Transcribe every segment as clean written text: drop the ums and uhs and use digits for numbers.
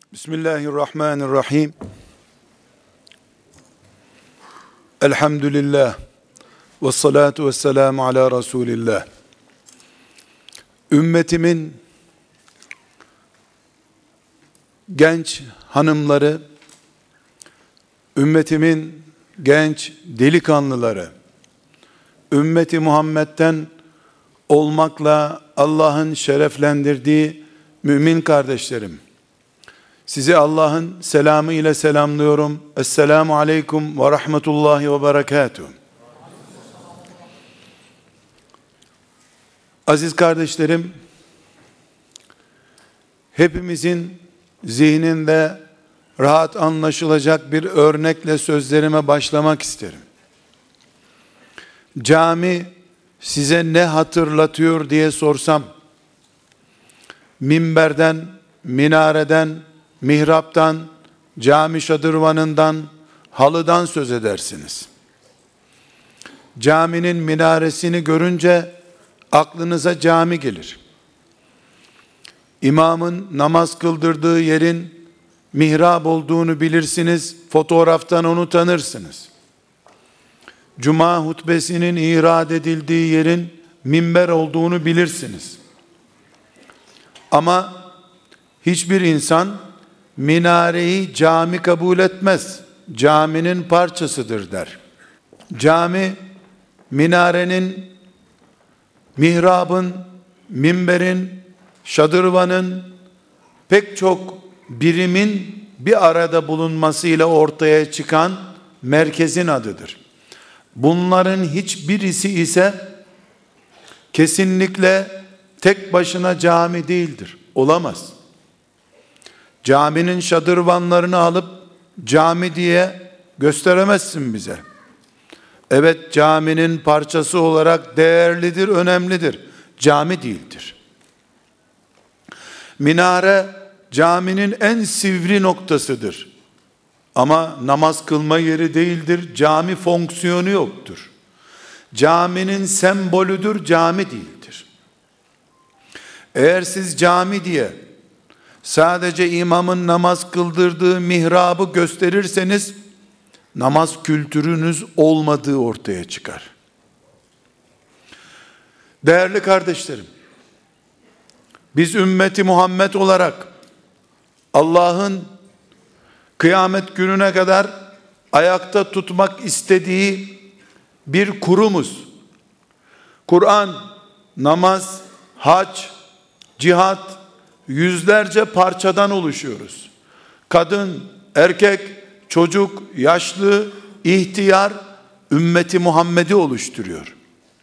Bismillahirrahmanirrahim. Elhamdülillah. Ve salatu ve selamu ala Resulillah. Ümmetimin genç hanımları, ümmetimin genç delikanlıları, ümmeti Muhammed'den olmakla Allah'ın şereflendirdiği mümin kardeşlerim, sizi Allah'ın selamı ile selamlıyorum. Esselamu aleyküm ve rahmetullahi ve berekatuhu. Aziz kardeşlerim, hepimizin zihninde rahat anlaşılacak bir örnekle sözlerime başlamak isterim. Cami size ne hatırlatıyor diye sorsam, minberden, minareden, mihraptan, cami şadırvanından, halıdan söz edersiniz. Caminin minaresini görünce aklınıza cami gelir. İmamın namaz kıldırdığı yerin mihrap olduğunu bilirsiniz, fotoğraftan onu tanırsınız. Cuma hutbesinin irad edildiği yerin minber olduğunu bilirsiniz. Ama hiçbir insan minareyi cami kabul etmez. Caminin parçasıdır der. Cami, minarenin, mihrabın, minberin, şadırvanın, pek çok birimin bir arada bulunmasıyla ortaya çıkan merkezin adıdır. Bunların hiçbirisi ise kesinlikle tek başına cami değildir. Olamaz. Caminin şadırvanlarını alıp cami diye gösteremezsin bize. Evet, caminin parçası olarak değerlidir, önemlidir. Cami değildir. Minare caminin en sivri noktasıdır. Ama namaz kılma yeri değildir. Cami fonksiyonu yoktur. Caminin sembolüdür, cami değildir. Eğer siz cami diye sadece imamın namaz kıldırdığı mihrabı gösterirseniz, namaz kültürünüz olmadığı ortaya çıkar. Değerli kardeşlerim, biz ümmeti Muhammed olarak Allah'ın kıyamet gününe kadar ayakta tutmak istediği bir kurumuz. Kur'an, namaz, hac, cihat, yüzlerce parçadan oluşuyoruz. Kadın, erkek, çocuk, yaşlı, ihtiyar, ümmeti Muhammed'i oluşturuyor.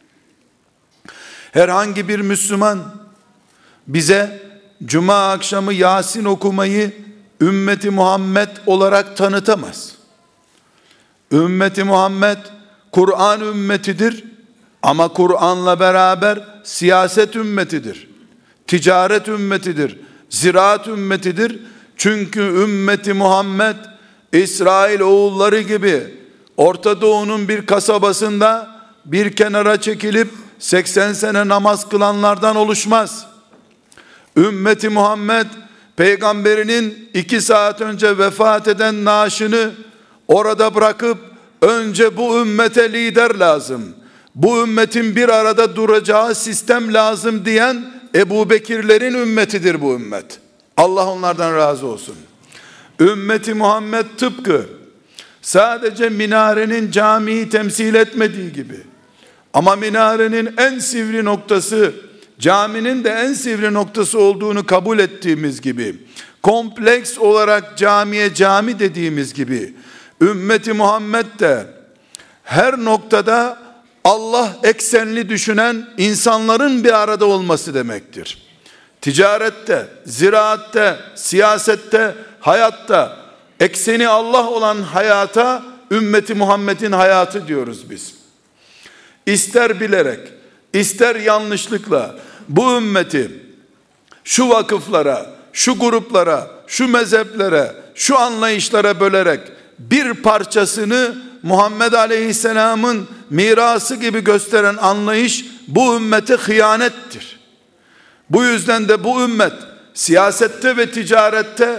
Herhangi bir Müslüman bize Cuma akşamı Yasin okumayı ümmeti Muhammed olarak tanıtamaz. Ümmeti Muhammed Kur'an ümmetidir ama Kur'an'la beraber siyaset ümmetidir. Ticaret ümmetidir. Ziraat ümmetidir. Çünkü ümmeti Muhammed İsrail oğulları gibi Orta Doğu'nun bir kasabasında bir kenara çekilip 80 sene namaz kılanlardan oluşmaz. Ümmeti Muhammed peygamberinin 2 saat önce vefat eden naaşını orada bırakıp önce bu ümmete lider lazım, bu ümmetin bir arada duracağı sistem lazım diyen Ebu Bekirlerin ümmetidir bu ümmet. Allah onlardan razı olsun. Ümmeti Muhammed tıpkı sadece minarenin camiyi temsil etmediği gibi, ama minarenin en sivri noktası caminin de en sivri noktası olduğunu kabul ettiğimiz gibi, kompleks olarak camiye cami dediğimiz gibi, ümmeti Muhammed de her noktada Allah eksenli düşünen insanların bir arada olması demektir. Ticarette, ziraatte, siyasette, hayatta ekseni Allah olan hayata ümmeti Muhammed'in hayatı diyoruz biz. İster bilerek, ister yanlışlıkla bu ümmeti şu vakıflara, şu gruplara, şu mezheplere, şu anlayışlara bölerek bir parçasını Muhammed Aleyhisselam'ın mirası gibi gösteren anlayış bu ümmete hıyanettir. Bu yüzden de bu ümmet siyasette ve ticarette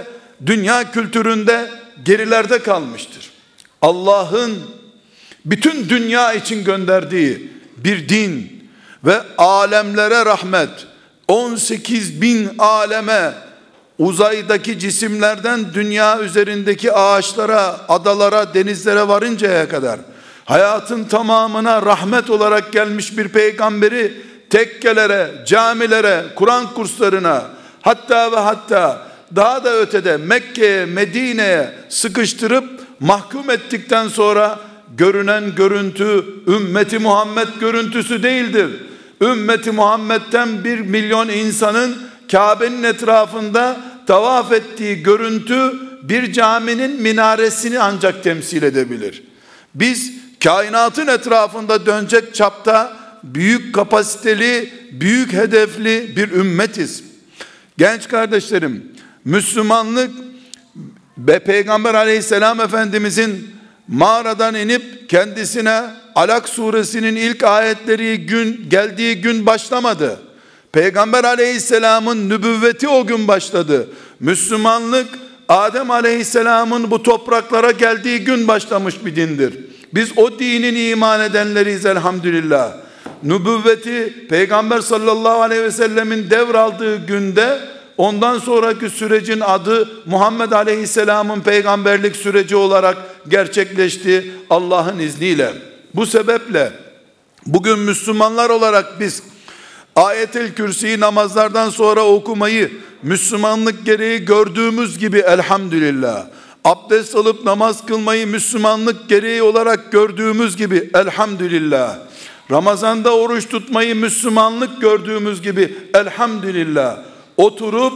dünya kültüründe gerilerde kalmıştır. Allah'ın bütün dünya için gönderdiği bir din ve alemlere rahmet, 18 bin aleme, uzaydaki cisimlerden dünya üzerindeki ağaçlara, adalara, denizlere varıncaya kadar hayatın tamamına rahmet olarak gelmiş bir peygamberi tekkelere, camilere, Kur'an kurslarına, hatta ve hatta daha da ötede Mekke'ye, Medine'ye sıkıştırıp mahkum ettikten sonra görünen görüntü ümmeti Muhammed görüntüsü değildir. Ümmeti Muhammed'den 1 milyon insanın Kabe'nin etrafında tavaf ettiği görüntü bir caminin minaresini ancak temsil edebilir. Biz kainatın etrafında dönecek çapta büyük kapasiteli, büyük hedefli bir ümmetiz. Genç kardeşlerim, Müslümanlık ve Peygamber aleyhisselam Efendimizin mağaradan inip kendisine Alak suresinin ilk ayetleri geldiği gün başlamadı. Peygamber aleyhisselamın nübüvveti o gün başladı. Müslümanlık Adem aleyhisselamın bu topraklara geldiği gün başlamış bir dindir. Biz o dinin iman edenleriyiz elhamdülillah. Nübüvveti Peygamber sallallahu aleyhi ve sellemin devraldığı günde ondan sonraki sürecin adı Muhammed Aleyhisselam'ın peygamberlik süreci olarak gerçekleşti Allah'ın izniyle. Bu sebeple bugün Müslümanlar olarak biz Ayet-el Kürsi'yi namazlardan sonra okumayı Müslümanlık gereği gördüğümüz gibi elhamdülillah, abdest alıp namaz kılmayı Müslümanlık gereği olarak gördüğümüz gibi elhamdülillah, Ramazan'da oruç tutmayı Müslümanlık gördüğümüz gibi elhamdülillah, oturup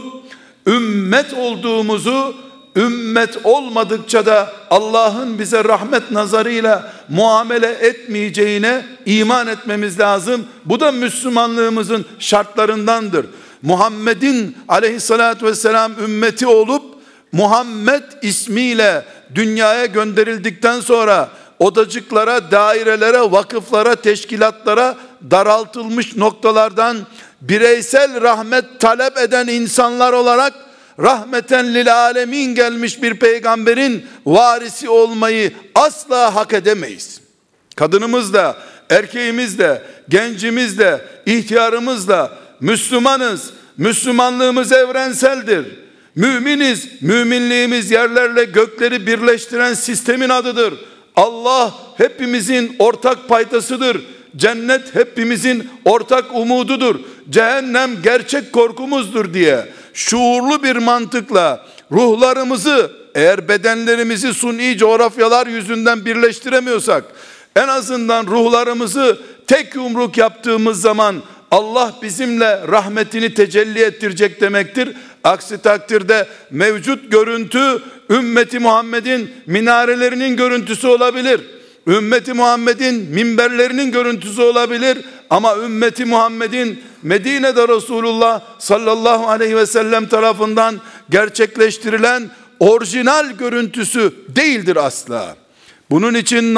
ümmet olduğumuzu, ümmet olmadıkça da Allah'ın bize rahmet nazarıyla muamele etmeyeceğine iman etmemiz lazım. Bu da Müslümanlığımızın şartlarındandır. Muhammed'in aleyhissalatü vesselam ümmeti olup Muhammed ismiyle dünyaya gönderildikten sonra odacıklara, dairelere, vakıflara, teşkilatlara daraltılmış noktalardan bireysel rahmet talep eden insanlar olarak rahmeten lil alemin gelmiş bir peygamberin varisi olmayı asla hak edemeyiz. Kadınımız da, erkeğimiz de, gencimiz de, ihtiyarımız da Müslümanız. Müslümanlığımız evrenseldir. Müminiz. Müminliğimiz yerlerle gökleri birleştiren sistemin adıdır. Allah hepimizin ortak paydasıdır. Cennet hepimizin ortak umududur. Cehennem gerçek korkumuzdur diye şuurlu bir mantıkla ruhlarımızı, eğer bedenlerimizi suni coğrafyalar yüzünden birleştiremiyorsak, en azından ruhlarımızı tek yumruk yaptığımız zaman Allah bizimle rahmetini tecelli ettirecek demektir. Aksi takdirde mevcut görüntü ümmeti Muhammed'in minarelerinin görüntüsü olabilir. Ümmeti Muhammed'in minberlerinin görüntüsü olabilir. Ama ümmeti Muhammed'in Medine'de Resulullah sallallahu aleyhi ve sellem tarafından gerçekleştirilen orijinal görüntüsü değildir asla. Bunun için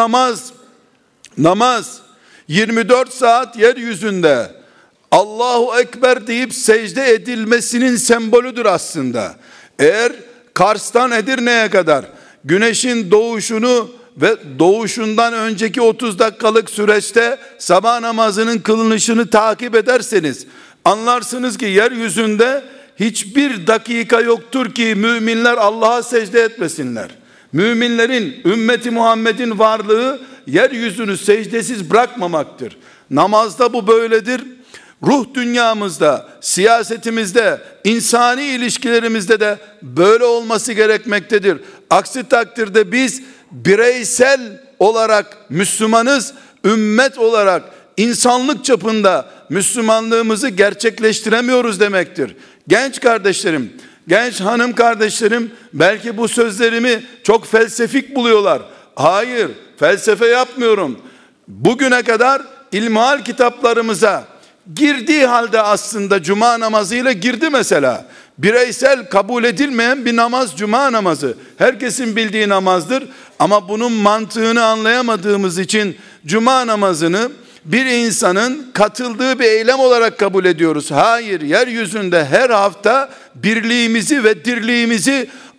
namaz 24 saat yeryüzünde Allahu Ekber deyip secde edilmesinin sembolüdür aslında. Eğer Kars'tan Edirne'ye kadar güneşin doğuşunu ve doğuşundan önceki 30 dakikalık süreçte sabah namazının kılınışını takip ederseniz anlarsınız ki yeryüzünde hiçbir dakika yoktur ki müminler Allah'a secde etmesinler. Müminlerin, ümmeti Muhammed'in varlığı yeryüzünü secdesiz bırakmamaktır. Namazda bu böyledir. Ruh dünyamızda, siyasetimizde, insani ilişkilerimizde de böyle olması gerekmektedir. Aksi takdirde biz bireysel olarak Müslümanız, ümmet olarak insanlık çapında Müslümanlığımızı gerçekleştiremiyoruz demektir. Genç kardeşlerim, genç hanım kardeşlerim belki bu sözlerimi çok felsefik buluyorlar. Hayır, felsefe yapmıyorum. Bugüne kadar ilmihal kitaplarımıza girdiği halde aslında cuma namazıyla girdi mesela. Bireysel kabul edilmeyen bir namaz cuma namazı. Herkesin bildiği namazdır ama bunun mantığını anlayamadığımız için cuma namazını bir insanın katıldığı bir eylem olarak kabul ediyoruz. Hayır, yeryüzünde her hafta birliğimizi ve dirliğimizi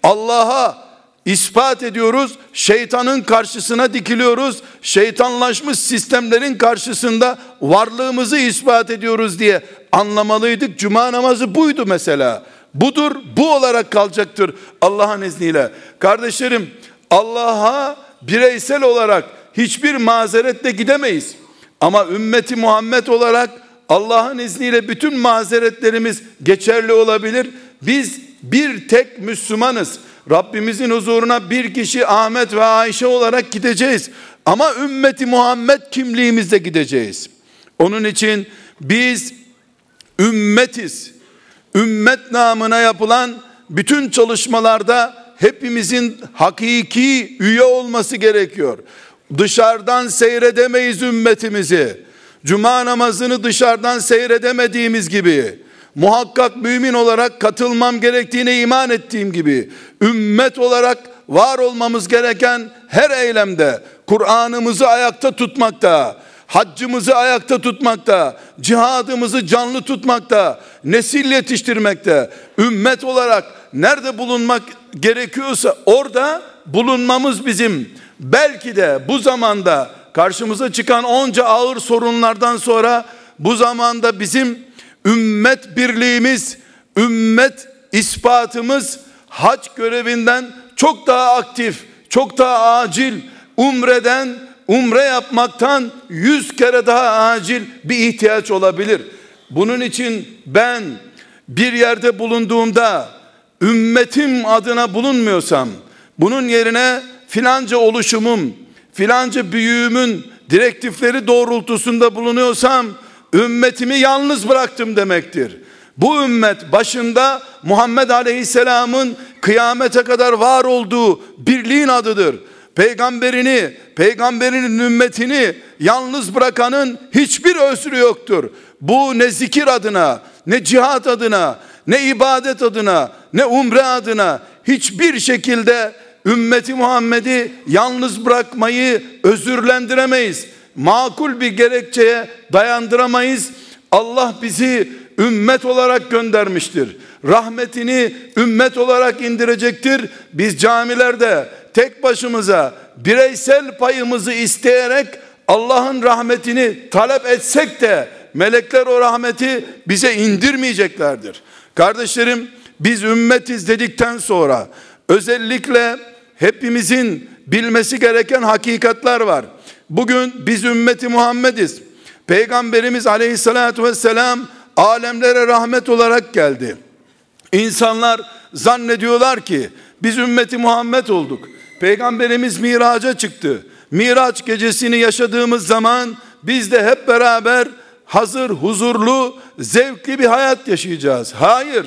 Allah'a ispat ediyoruz, şeytanın karşısına dikiliyoruz, şeytanlaşmış sistemlerin karşısında varlığımızı ispat ediyoruz diye anlamalıydık. Cuma namazı buydu mesela. Budur, bu olarak kalacaktır Allah'ın izniyle. Kardeşlerim, Allah'a bireysel olarak hiçbir mazeretle gidemeyiz. Ama ümmeti Muhammed olarak Allah'ın izniyle bütün mazeretlerimiz geçerli olabilir. Biz bir tek Müslümanız. Rabbimizin huzuruna bir kişi Ahmet ve Ayşe olarak gideceğiz. Ama ümmeti Muhammed kimliğimizle gideceğiz. Onun için biz ümmetiz. Ümmet namına yapılan bütün çalışmalarda hepimizin hakiki üye olması gerekiyor. Dışarıdan seyredemeyiz ümmetimizi. Cuma namazını dışarıdan seyredemediğimiz gibi, muhakkak mümin olarak katılmam gerektiğine iman ettiğim gibi, ümmet olarak var olmamız gereken her eylemde, Kur'an'ımızı ayakta tutmakta, haccımızı ayakta tutmakta, cihadımızı canlı tutmakta, nesil yetiştirmekte, ümmet olarak nerede bulunmak gerekiyorsa orada bulunmamız bizim. Belki de bu zamanda karşımıza çıkan onca ağır sorunlardan sonra bu zamanda bizim ümmet birliğimiz, ümmet ispatımız hac görevinden çok daha aktif, çok daha acil, umre yapmaktan 100 kere daha acil bir ihtiyaç olabilir. Bunun için ben bir yerde bulunduğumda ümmetim adına bulunmuyorsam, bunun yerine filanca oluşumum, filanca büyüğümün direktifleri doğrultusunda bulunuyorsam ümmetimi yalnız bıraktım demektir. Bu ümmet başında Muhammed Aleyhisselam'ın kıyamete kadar var olduğu birliğin adıdır. Peygamberinin ümmetini yalnız bırakanın hiçbir özrü yoktur. Bu ne zikir adına, ne cihat adına, ne ibadet adına, ne umre adına hiçbir şekilde ümmeti Muhammed'i yalnız bırakmayı özürlendiremeyiz. Makul bir gerekçeye dayandıramayız. Allah bizi ümmet olarak göndermiştir. Rahmetini ümmet olarak indirecektir. Biz camilerde tek başımıza bireysel payımızı isteyerek Allah'ın rahmetini talep etsek de melekler o rahmeti bize indirmeyeceklerdir. Kardeşlerim, biz ümmetiz dedikten sonra özellikle hepimizin bilmesi gereken hakikatler var. Bugün biz ümmeti Muhammediz. Peygamberimiz Aleyhisselatü Vesselam alemlere rahmet olarak geldi. İnsanlar zannediyorlar ki biz ümmeti Muhammed olduk. Peygamberimiz miraca çıktı. Miraç gecesini yaşadığımız zaman biz de hep beraber hazır, huzurlu, zevkli bir hayat yaşayacağız. Hayır.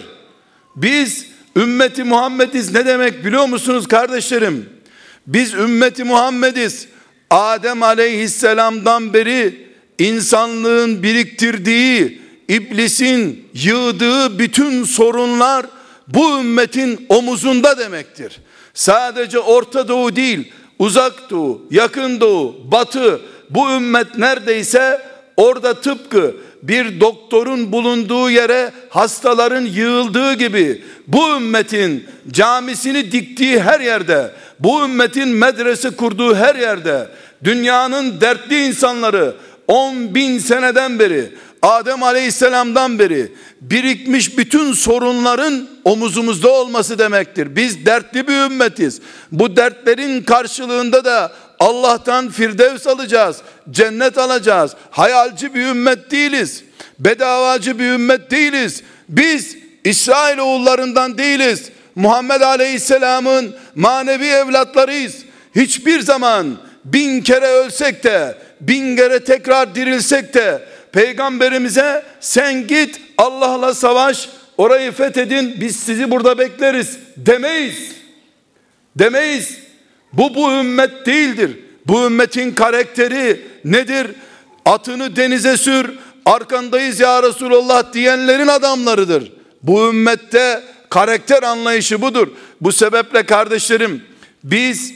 Biz ümmeti Muhammediz ne demek biliyor musunuz kardeşlerim? Biz ümmeti Muhammediz. Adem Aleyhisselam'dan beri insanlığın biriktirdiği, iblisin yığdığı bütün sorunlar bu ümmetin omuzunda demektir. Sadece Orta Doğu değil, Uzak Doğu, Yakın Doğu, Batı, bu ümmet neredeyse orada tıpkı bir doktorun bulunduğu yere hastaların yığıldığı gibi bu ümmetin camisini diktiği her yerde, bu ümmetin medrese kurduğu her yerde dünyanın dertli insanları 10.000 seneden beri, Adem Aleyhisselam'dan beri birikmiş bütün sorunların omuzumuzda olması demektir. Biz dertli bir ümmetiz. Bu dertlerin karşılığında da Allah'tan firdevs alacağız, cennet alacağız. Hayalci bir ümmet değiliz. Bedavacı bir ümmet değiliz. Biz İsrailoğullarından değiliz. Muhammed Aleyhisselam'ın manevi evlatlarıyız. Hiçbir zaman 1000 kere ölsek de, 1000 kere tekrar dirilsek de Peygamberimize sen git Allah'la savaş, orayı fethedin, biz sizi burada bekleriz demeyiz. Demeyiz. Bu ümmet değildir. Bu ümmetin karakteri nedir? Atını denize sür, arkandayız ya Resulallah diyenlerin adamlarıdır. Bu ümmette karakter anlayışı budur. Bu sebeple kardeşlerim, biz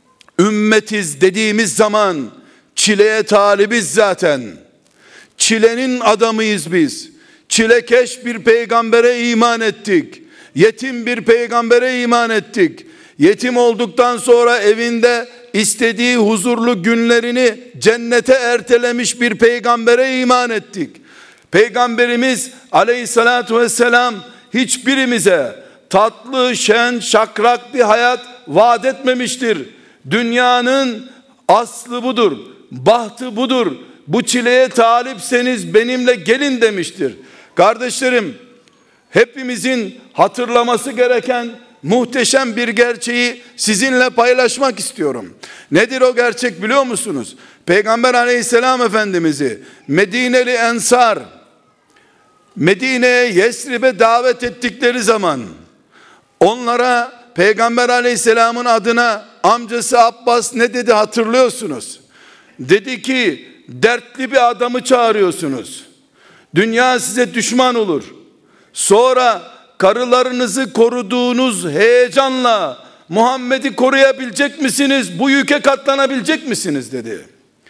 ümmetiz dediğimiz zaman çileye talibiz zaten. Çilenin adamıyız biz. Çilekeş bir peygambere iman ettik. yetim bir peygambere iman ettik. Yetim olduktan sonra evinde istediği huzurlu günlerini cennete ertelemiş bir peygambere iman ettik. Peygamberimiz aleyhissalatu vesselam hiçbirimize tatlı, şen, şakrak bir hayat vaat etmemiştir. Dünyanın aslı budur, bahtı budur. Bu çileye talipseniz benimle gelin demiştir. Kardeşlerim, hepimizin hatırlaması gereken muhteşem bir gerçeği sizinle paylaşmak istiyorum. Nedir o gerçek biliyor musunuz? Peygamber aleyhisselam efendimizi Medineli Ensar Medine'ye, Yesrib'e davet ettikleri zaman onlara Peygamber aleyhisselamın adına amcası Abbas ne dedi hatırlıyorsunuz? Dedi ki dertli bir adamı çağırıyorsunuz. Dünya size düşman olur. Sonra karılarınızı koruduğunuz heyecanla Muhammed'i koruyabilecek misiniz? Bu yüke katlanabilecek misiniz dedi.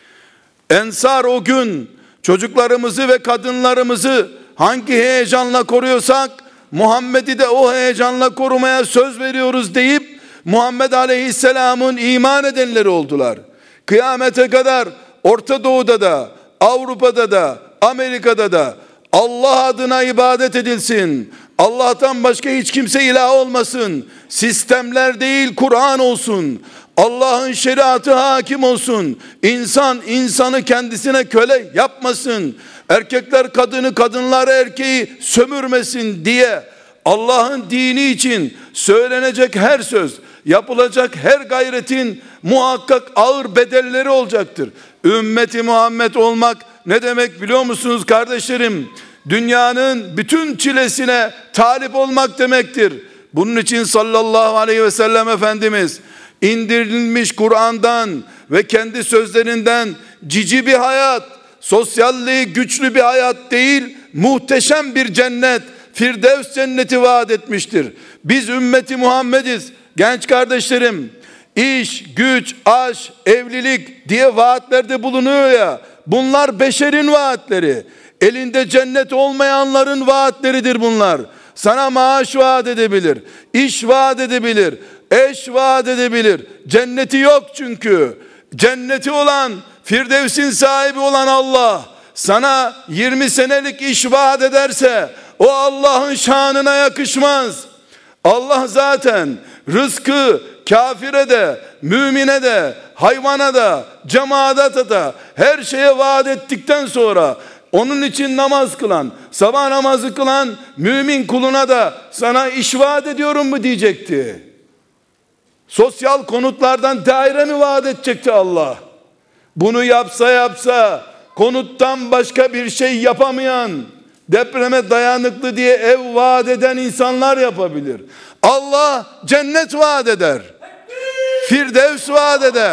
Ensar o gün çocuklarımızı ve kadınlarımızı hangi heyecanla koruyorsak Muhammed'i de o heyecanla korumaya söz veriyoruz deyip Muhammed Aleyhisselam'ın iman edenleri oldular. Kıyamete kadar Orta Doğu'da da, Avrupa'da da, Amerika'da da Allah adına ibadet edilsin. Allah'tan başka hiç kimse ilah olmasın. Sistemler değil Kur'an olsun. Allah'ın şeriatı hakim olsun. İnsan insanı kendisine köle yapmasın. Erkekler kadını, kadınlar erkeği sömürmesin diye Allah'ın dini için söylenecek her söz, yapılacak her gayretin muhakkak ağır bedelleri olacaktır. Ümmeti Muhammed olmak ne demek biliyor musunuz kardeşlerim? Dünyanın bütün çilesine talip olmak demektir. Bunun için sallallahu aleyhi ve sellem Efendimiz indirilmiş Kur'an'dan ve kendi sözlerinden cici bir hayat, sosyalliği güçlü bir hayat değil, muhteşem bir cennet, Firdevs cenneti vaat etmiştir. Biz ümmeti Muhammediz. Genç kardeşlerim, iş, güç, aş, evlilik diye vaatlerde bulunuyor ya, bunlar beşerin vaatleri. Elinde cennet olmayanların vaatleridir bunlar. Sana maaş vaat edebilir, iş vaat edebilir, eş vaat edebilir. Cenneti yok çünkü. Cenneti olan, Firdevs'in sahibi olan Allah sana 20 senelik iş vaat ederse o Allah'ın şanına yakışmaz. Allah zaten rızkı kafire de, mümine de, hayvana da, cemaate da her şeye vaat ettikten sonra onun için namaz kılan, sabah namazı kılan mümin kuluna da sana iş vaat ediyorum mu diyecekti. Sosyal konutlardan daire mi vaat edecekti Allah? Bunu yapsa konuttan başka bir şey yapamayan, depreme dayanıklı diye ev vaat eden insanlar yapabilir. Allah cennet vaat eder. Firdevs vaat eder.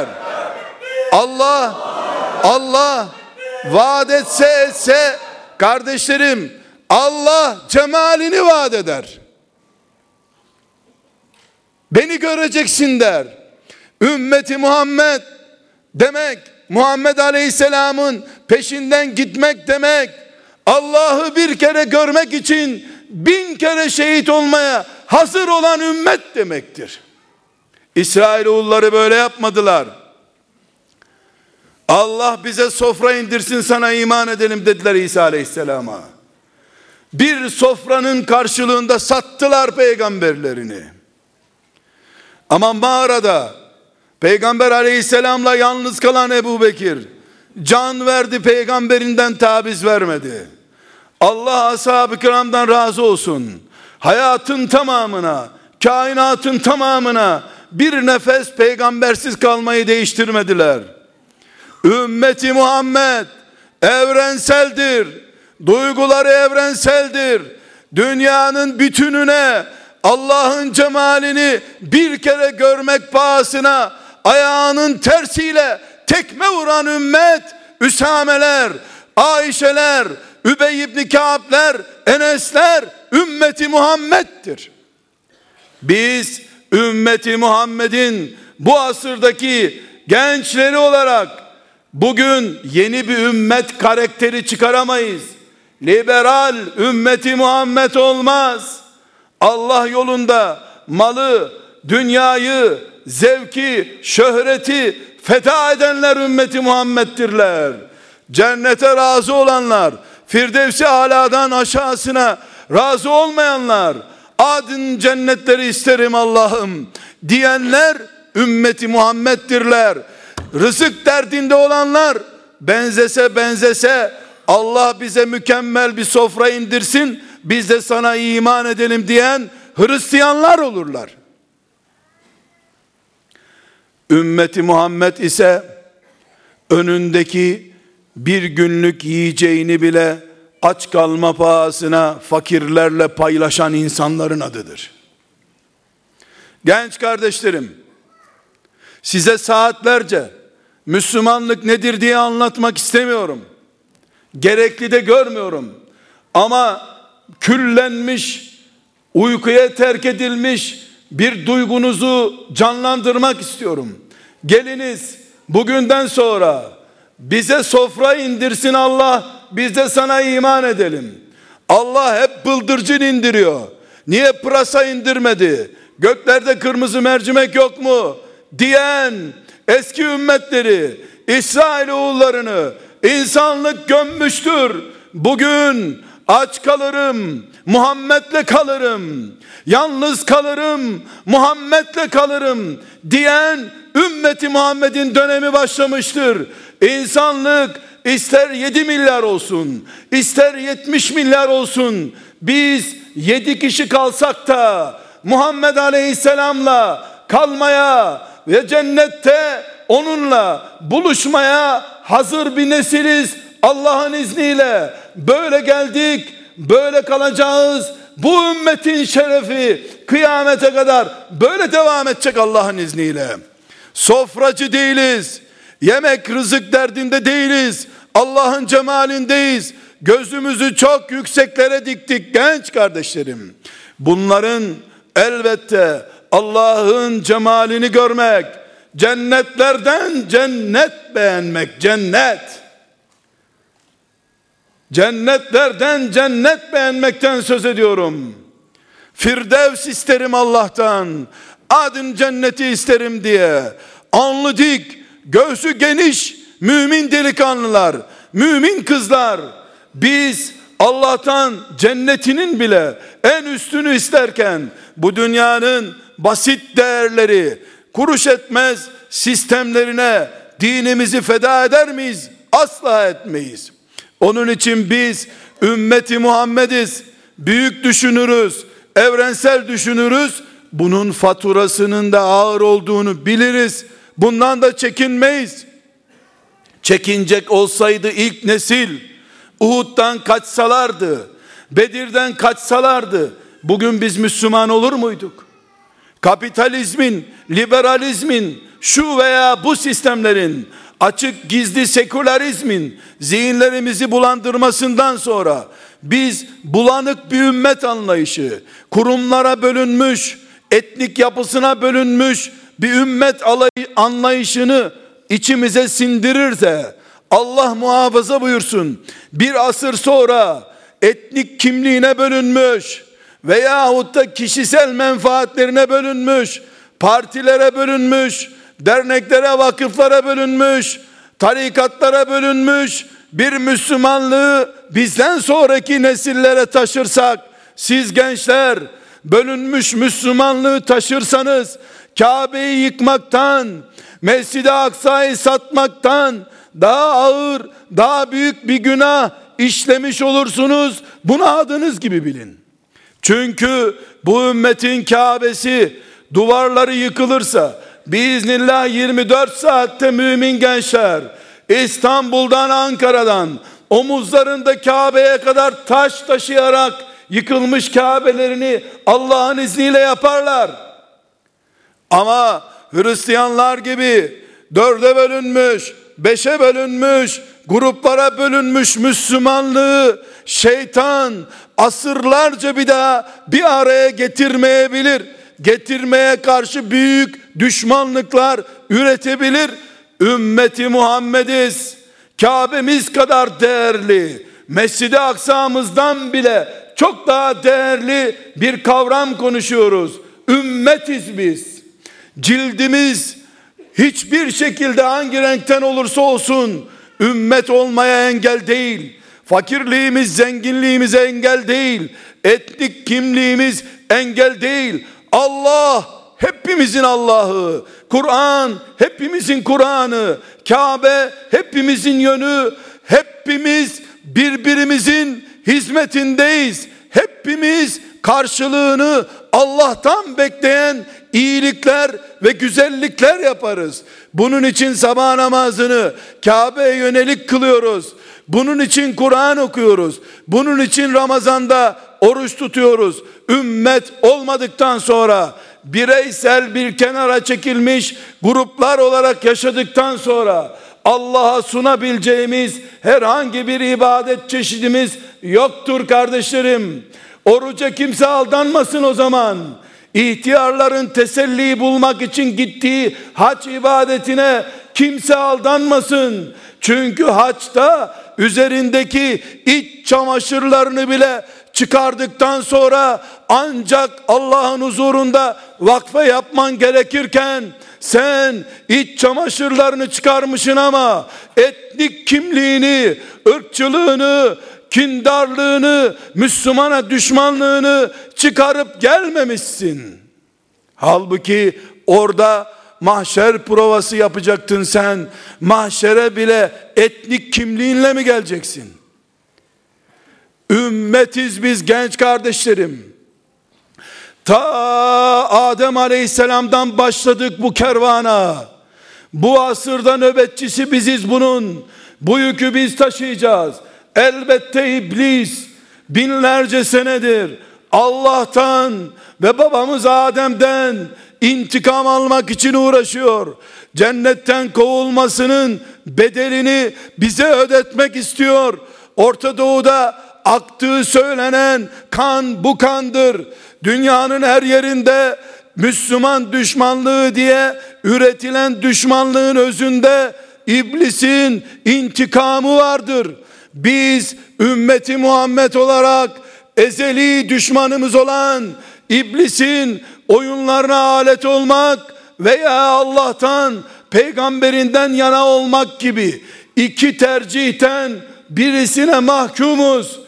Allah vaat etse kardeşlerim, Allah cemalini vaat eder. Beni göreceksin der. Ümmeti Muhammed demek, Muhammed Aleyhisselam'ın peşinden gitmek demek, Allah'ı bir kere görmek için 1000 kere şehit olmaya hazır olan ümmet demektir. İsrailoğulları böyle yapmadılar. Allah bize sofra indirsin sana iman edelim dediler İsa Aleyhisselam'a. Bir sofranın karşılığında sattılar peygamberlerini. Ama mağarada Peygamber Aleyhisselam'la yalnız kalan Ebu Bekir can verdi, peygamberinden taviz vermedi. Allah ashab-ı kiramdan razı olsun. Hayatın tamamına, kainatın tamamına bir nefes peygambersiz kalmayı değiştirmediler. Ümmeti Muhammed evrenseldir. Duyguları evrenseldir. Dünyanın bütününe Allah'ın cemalini bir kere görmek pahasına ayağının tersiyle tekme vuran ümmet, Üsameler, Ayşeler, Übey ibn Ka'b'ler, Enes'ler ümmeti Muhammed'dir. Biz ümmeti Muhammed'in bu asırdaki gençleri olarak bugün yeni bir ümmet karakteri çıkaramayız. Liberal ümmeti Muhammed olmaz. Allah yolunda malı, dünyayı, zevki, şöhreti feda edenler ümmeti Muhammed'dirler. Cennete razı olanlar, Firdevs-i Ala'dan aşağısına razı olmayanlar, adın cennetleri isterim Allah'ım diyenler ümmeti Muhammed'dirler. Rızık derdinde olanlar, benzese Allah bize mükemmel bir sofra indirsin, biz de sana iman edelim diyen Hristiyanlar olurlar. Ümmeti Muhammed ise önündeki bir günlük yiyeceğini bile aç kalma pahasına fakirlerle paylaşan insanların adıdır. Genç kardeşlerim, size saatlerce Müslümanlık nedir diye anlatmak istemiyorum. Gerekli de görmüyorum. Ama küllenmiş, uykuya terk edilmiş bir duygunuzu canlandırmak istiyorum. Geliniz bugünden sonra bize sofra indirsin Allah, biz de sana iman edelim. Allah hep bıldırcın indiriyor. Niye pırasa indirmedi? Göklerde kırmızı mercimek yok mu? Diyen eski ümmetleri, İsrailoğullarını insanlık gömmüştür. Bugün aç kalırım, Muhammed'le kalırım. Yalnız kalırım, Muhammed'le kalırım diyen ümmeti Muhammed'in dönemi başlamıştır. İnsanlık ister 7 milyar olsun, ister 70 milyar olsun, biz 7 kişi kalsak da Muhammed Aleyhisselam'la kalmaya ve cennette onunla buluşmaya hazır bir nesiliz. Allah'ın izniyle böyle geldik, böyle kalacağız. Bu ümmetin şerefi kıyamete kadar böyle devam edecek Allah'ın izniyle. Sofracı değiliz. Yemek rızık derdinde değiliz. Allah'ın cemalindeyiz. Gözümüzü çok yükseklere diktik genç kardeşlerim. Bunların elbette Allah'ın cemalini görmek, cennetlerden cennet beğenmek, cennetlerden cennet beğenmekten söz ediyorum. Firdevs isterim Allah'tan, adın cenneti isterim diye alnı dik, göğsü geniş mümin delikanlılar, mümin kızlar, biz Allah'tan cennetinin bile en üstünü isterken bu dünyanın basit değerleri, kuruş etmez sistemlerine dinimizi feda eder miyiz? Asla etmeyiz. Onun için biz ümmeti Muhammediz. Büyük düşünürüz, evrensel düşünürüz. Bunun faturasının da ağır olduğunu biliriz. Bundan da çekinmeyiz. Çekinecek olsaydı ilk nesil Uhud'dan kaçsalardı, Bedir'den kaçsalardı, bugün biz Müslüman olur muyduk? Kapitalizmin, liberalizmin, şu veya bu sistemlerin, açık gizli sekülerizmin zihinlerimizi bulandırmasından sonra biz bulanık bir ümmet anlayışı, kurumlara bölünmüş, etnik yapısına bölünmüş bir ümmet anlayışını içimize sindirirse, Allah muhafaza buyursun, bir asır sonra etnik kimliğine bölünmüş veyahut da kişisel menfaatlerine bölünmüş, partilere bölünmüş, derneklere, vakıflara bölünmüş, tarikatlara bölünmüş bir Müslümanlığı bizden sonraki nesillere taşırsak, siz gençler bölünmüş Müslümanlığı taşırsanız, Kabe'yi yıkmaktan, Mescid-i Aksa'yı satmaktan daha ağır, daha büyük bir günah işlemiş olursunuz. Bunu adınız gibi bilin. Çünkü bu ümmetin Kabe'si, duvarları yıkılırsa biiznillah 24 saatte mümin gençler İstanbul'dan, Ankara'dan omuzlarında Kabe'ye kadar taş taşıyarak yıkılmış Kabe'lerini Allah'ın izniyle yaparlar. Ama Hristiyanlar gibi 4'e bölünmüş, 5'e bölünmüş, gruplara bölünmüş Müslümanlığı şeytan asırlarca bir daha bir araya getirmeyebilir. Getirmeye karşı büyük düşmanlıklar üretebilir. Ümmeti Muhammediz. Kabe'miz kadar değerli, Mescid-i Aksa'mızdan bile çok daha değerli bir kavram konuşuyoruz. Ümmetiz biz. Cildimiz hiçbir şekilde hangi renkten olursa olsun ümmet olmaya engel değil. Fakirliğimiz zenginliğimize engel değil. Etnik kimliğimiz engel değil. Allah hepimizin Allah'ı. Kur'an hepimizin Kur'an'ı. Kabe hepimizin yönü. Hepimiz birbirimizin hizmetindeyiz. Hepimiz karşılığını Allah'tan bekleyen iyilikler ve güzellikler yaparız. Bunun için sabah namazını Kabe'ye yönelik kılıyoruz. Bunun için Kur'an okuyoruz. Bunun için Ramazan'da oruç tutuyoruz. Ümmet olmadıktan sonra, bireysel bir kenara çekilmiş gruplar olarak yaşadıktan sonra Allah'a sunabileceğimiz herhangi bir ibadet çeşidimiz yoktur kardeşlerim. Oruca kimse aldanmasın o zaman. İhtiyarların teselli bulmak için gittiği hac ibadetine kimse aldanmasın. Çünkü haçta üzerindeki iç çamaşırlarını bile çıkardıktan sonra ancak Allah'ın huzurunda vakfe yapman gerekirken sen iç çamaşırlarını çıkarmışsın ama etnik kimliğini, ırkçılığını, kindarlığını, Müslümana düşmanlığını çıkarıp gelmemişsin. Halbuki orada mahşer provası yapacaktın sen. Mahşere bile etnik kimliğinle mi geleceksin? Ümmetiz biz genç kardeşlerim. Ta Adem Aleyhisselam'dan başladık bu kervana. Bu asırda nöbetçisi biziz bunun. Bu yükü biz taşıyacağız. Elbette iblis binlerce senedir Allah'tan ve babamız Adem'den intikam almak için uğraşıyor. Cennetten kovulmasının bedelini bize ödetmek istiyor. Orta Doğu'da aktığı söylenen kan bu kandır. Dünyanın her yerinde Müslüman düşmanlığı diye üretilen düşmanlığın özünde iblisin intikamı vardır. Biz ümmeti Muhammed olarak ezeli düşmanımız olan iblisin oyunlarına alet olmak veya Allah'tan, peygamberinden yana olmak gibi iki tercihten birisine mahkumuz.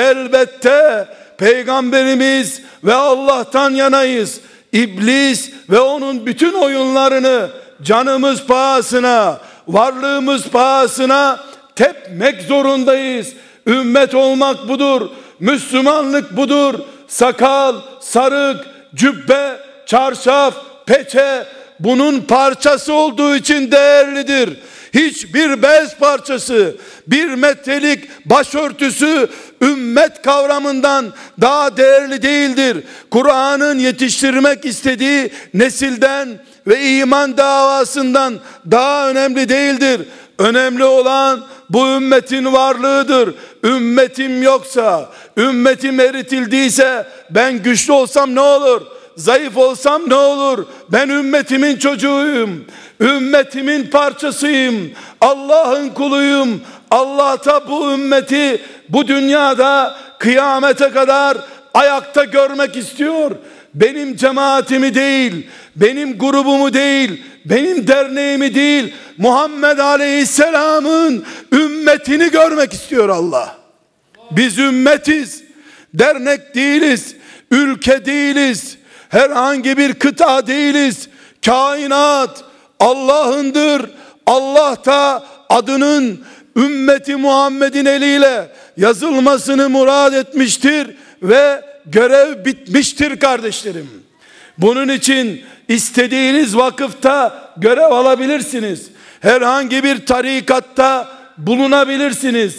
Elbette peygamberimiz ve Allah'tan yanayız. İblis ve onun bütün oyunlarını canımız pahasına, varlığımız pahasına tepmek zorundayız. Ümmet olmak budur. Müslümanlık budur. Sakal, sarık, cübbe, çarşaf, peçe bunun parçası olduğu için değerlidir. Hiçbir bez parçası, bir metrelik başörtüsü ümmet kavramından daha değerli değildir. Kur'an'ın yetiştirmek istediği nesilden ve iman davasından daha önemli değildir. Önemli olan bu ümmetin varlığıdır. Ümmetim yoksa, ümmetim eritildiyse ben güçlü olsam ne olur? Zayıf olsam ne olur? Ben ümmetimin çocuğuyum. Ümmetimin parçasıyım. Allah'ın kuluyum. Allah da bu ümmeti bu dünyada kıyamete kadar ayakta görmek istiyor. Benim cemaatimi değil, benim grubumu değil, benim derneğimi değil, Muhammed Aleyhisselam'ın ümmetini görmek istiyor Allah. Biz ümmetiz, dernek değiliz, ülke değiliz, herhangi bir kıta değiliz. Kainat Allah'ındır. Allah da adının ümmeti Muhammed'in eliyle yazılmasını murad etmiştir ve görev bitmiştir kardeşlerim. Bunun için istediğiniz vakıfta görev alabilirsiniz. Herhangi bir tarikatta bulunabilirsiniz.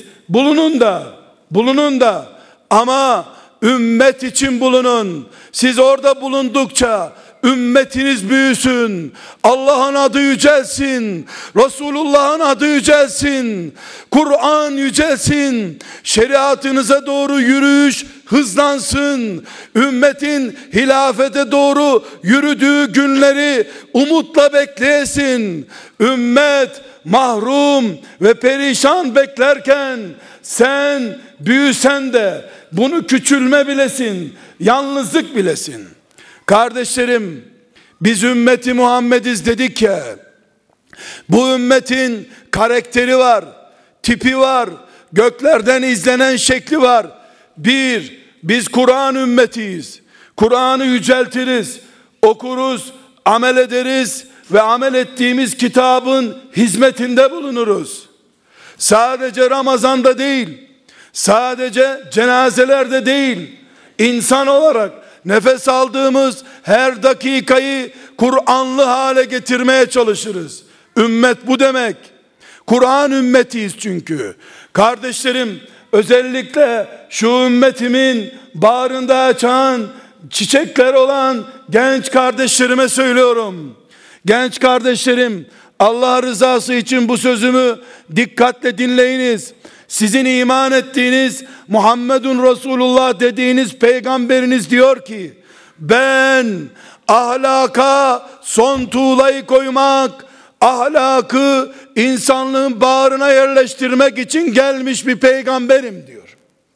Bulunun da ama ümmet için bulunun. Siz orada bulundukça ümmetiniz büyüsün. Allah'ın adı yücelsin. Resulullah'ın adı yücelsin. Kur'an yücelsin. Şeriatınıza doğru yürüyüş hızlansın. Ümmetin hilafete doğru yürüdüğü günleri umutla bekleyesin. Ümmet mahrum ve perişan beklerken sen büyüsen de, bunu küçülme bilesin, yalnızlık bilesin. Kardeşlerim, biz ümmeti Muhammediz dedik ya, bu ümmetin karakteri var, tipi var, göklerden izlenen şekli var. Bir, biz Kur'an ümmetiyiz. Kur'an'ı yüceltiriz, okuruz, amel ederiz ve amel ettiğimiz kitabın hizmetinde bulunuruz. Sadece Ramazan'da değil, sadece cenazelerde değil, insan olarak nefes aldığımız her dakikayı Kur'anlı hale getirmeye çalışırız. Ümmet bu demek. Kur'an ümmetiyiz çünkü. Kardeşlerim, özellikle şu ümmetimin bağrında açan çiçekler olan genç kardeşlerime söylüyorum. Genç kardeşlerim, Allah rızası için bu sözümü dikkatle dinleyiniz. Sizin iman ettiğiniz Muhammedun Resulullah dediğiniz peygamberiniz diyor ki, ben ahlaka son tuğlayı koymak, ahlakı insanlığın bağrına yerleştirmek için gelmiş bir peygamberim diyor.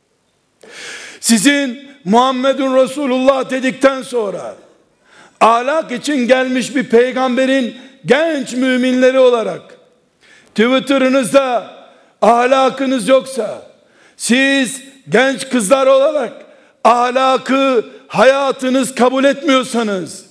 Sizin Muhammedun Resulullah dedikten sonra ahlak için gelmiş bir peygamberin genç müminleri olarak Twitter'ınızda ahlakınız yoksa, siz genç kızlar olarak ahlakı hayatınız kabul etmiyorsanız,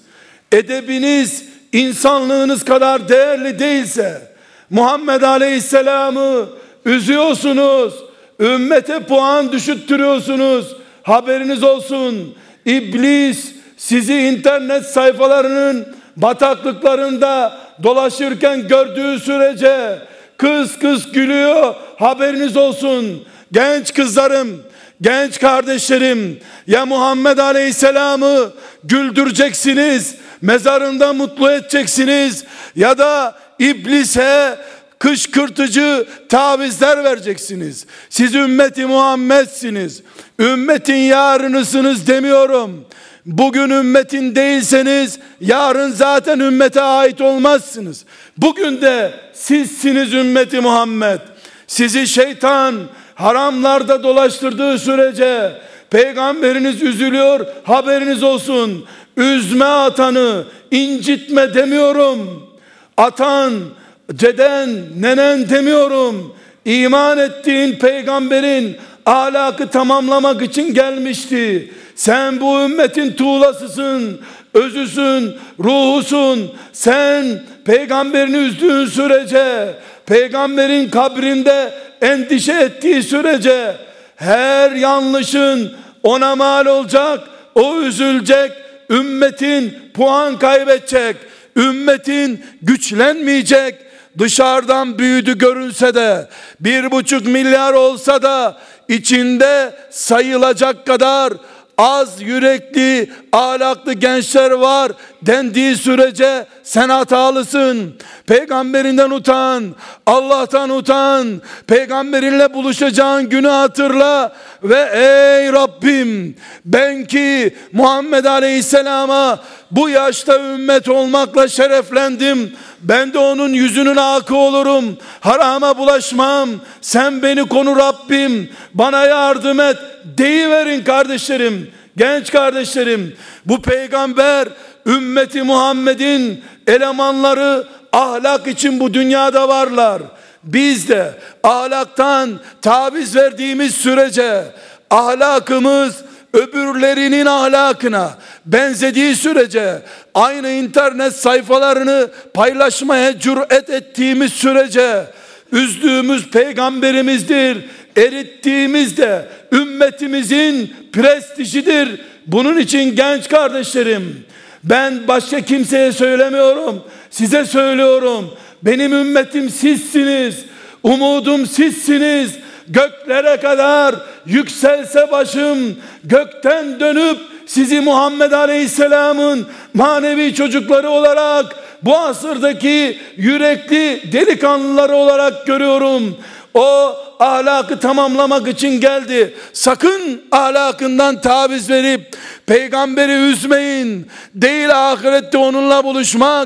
edebiniz insanlığınız kadar değerli değilse, Muhammed Aleyhisselam'ı üzüyorsunuz, ümmete puan düşüttürüyorsunuz, haberiniz olsun. İblis sizi internet sayfalarının bataklıklarında dolaşırken gördüğü sürece kıs kıs gülüyor, haberiniz olsun. Genç kızlarım, genç kardeşlerim, ya Muhammed Aleyhisselam'ı güldüreceksiniz, mezarında mutlu edeceksiniz, ya da iblise kışkırtıcı tavizler vereceksiniz. Siz ümmeti Muhammed'siniz. Ümmetin yarınısınız demiyorum. Bugün ümmetin değilseniz yarın zaten ümmete ait olmazsınız. Bugün de sizsiniz ümmeti Muhammed. Sizi şeytan haramlarda dolaştırdığı sürece peygamberiniz üzülüyor, haberiniz olsun. Üzme atanı, incitme demiyorum. Atan, ceden, nenen demiyorum. İman ettiğin peygamberin ahlakı tamamlamak için gelmişti. Sen bu ümmetin tuğlasısın, özüsün, ruhusun. Sen peygamberini üzdüğün sürece, peygamberin kabrinde endişe ettiği sürece her yanlışın ona mal olacak, o üzülecek, ümmetin puan kaybedecek, ümmetin güçlenmeyecek. Dışarıdan büyüdü görünse de, 1,5 milyar olsa da içinde sayılacak kadar az yürekli, ahlaklı gençler var dendiği sürece sen hatalısın. Peygamberinden utan, Allah'tan utan, peygamberinle buluşacağın günü hatırla ve ey Rabbim, ben ki Muhammed Aleyhisselam'a bu yaşta ümmet olmakla şereflendim, ben de onun yüzünün akı olurum, harama bulaşmam, sen beni koru Rabbim, bana yardım et deyiverin kardeşlerim, genç kardeşlerim. Bu peygamber ümmeti Muhammed'in elemanları ahlak için bu dünyada varlar. Biz de ahlaktan taviz verdiğimiz sürece, ahlakımız öbürlerinin ahlakına benzediği sürece, aynı internet sayfalarını paylaşmaya cüret ettiğimiz sürece, üzdüğümüz peygamberimizdir, erittiğimiz de ümmetimizin prestijidir. Bunun için genç kardeşlerim, ben başka kimseye söylemiyorum, size söylüyorum. Benim ümmetim sizsiniz, umudum sizsiniz. Göklere kadar yükselse başım, gökten dönüp sizi Muhammed Aleyhisselam'ın manevi çocukları olarak, bu asırdaki yürekli delikanlıları olarak görüyorum. O ahlakı tamamlamak için geldi. Sakın ahlakından taviz verip peygamberi üzmeyin. Değil ahirette onunla buluşmak,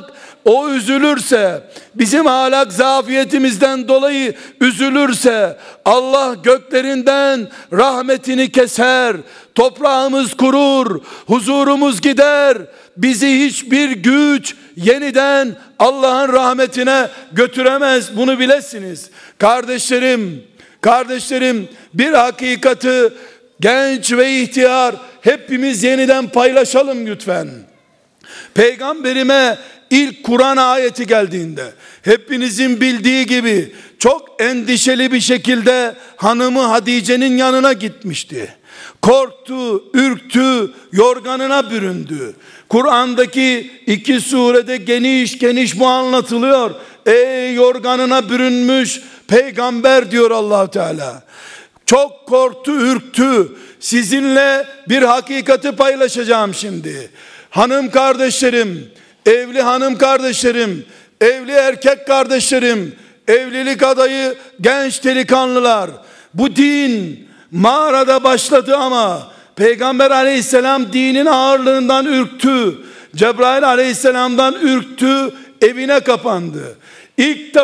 o üzülürse, bizim ahlak zafiyetimizden dolayı üzülürse, Allah göklerinden rahmetini keser, toprağımız kurur, huzurumuz gider, bizi hiçbir güç yeniden Allah'ın rahmetine götüremez. Bunu bilesiniz. Kardeşlerim, bir hakikati genç ve ihtiyar hepimiz yeniden paylaşalım lütfen. Peygamberime ilk Kur'an ayeti geldiğinde, hepinizin bildiği gibi çok endişeli bir şekilde hanımı Hatice'nin yanına gitmişti. Korktu, ürktü, yorganına büründü. Kur'an'daki 2 surede geniş bu anlatılıyor. Ey yorganına bürünmüş peygamber diyor Allah Teala. Çok korktu, ürktü. Sizinle bir hakikati paylaşacağım şimdi. Hanım kardeşlerim, evli hanım kardeşlerim, evli erkek kardeşlerim, evlilik adayı genç delikanlılar, bu din mağarada başladı ama Peygamber aleyhisselam dinin ağırlığından ürktü. Cebrail aleyhisselamdan ürktü, evine kapandı. İlk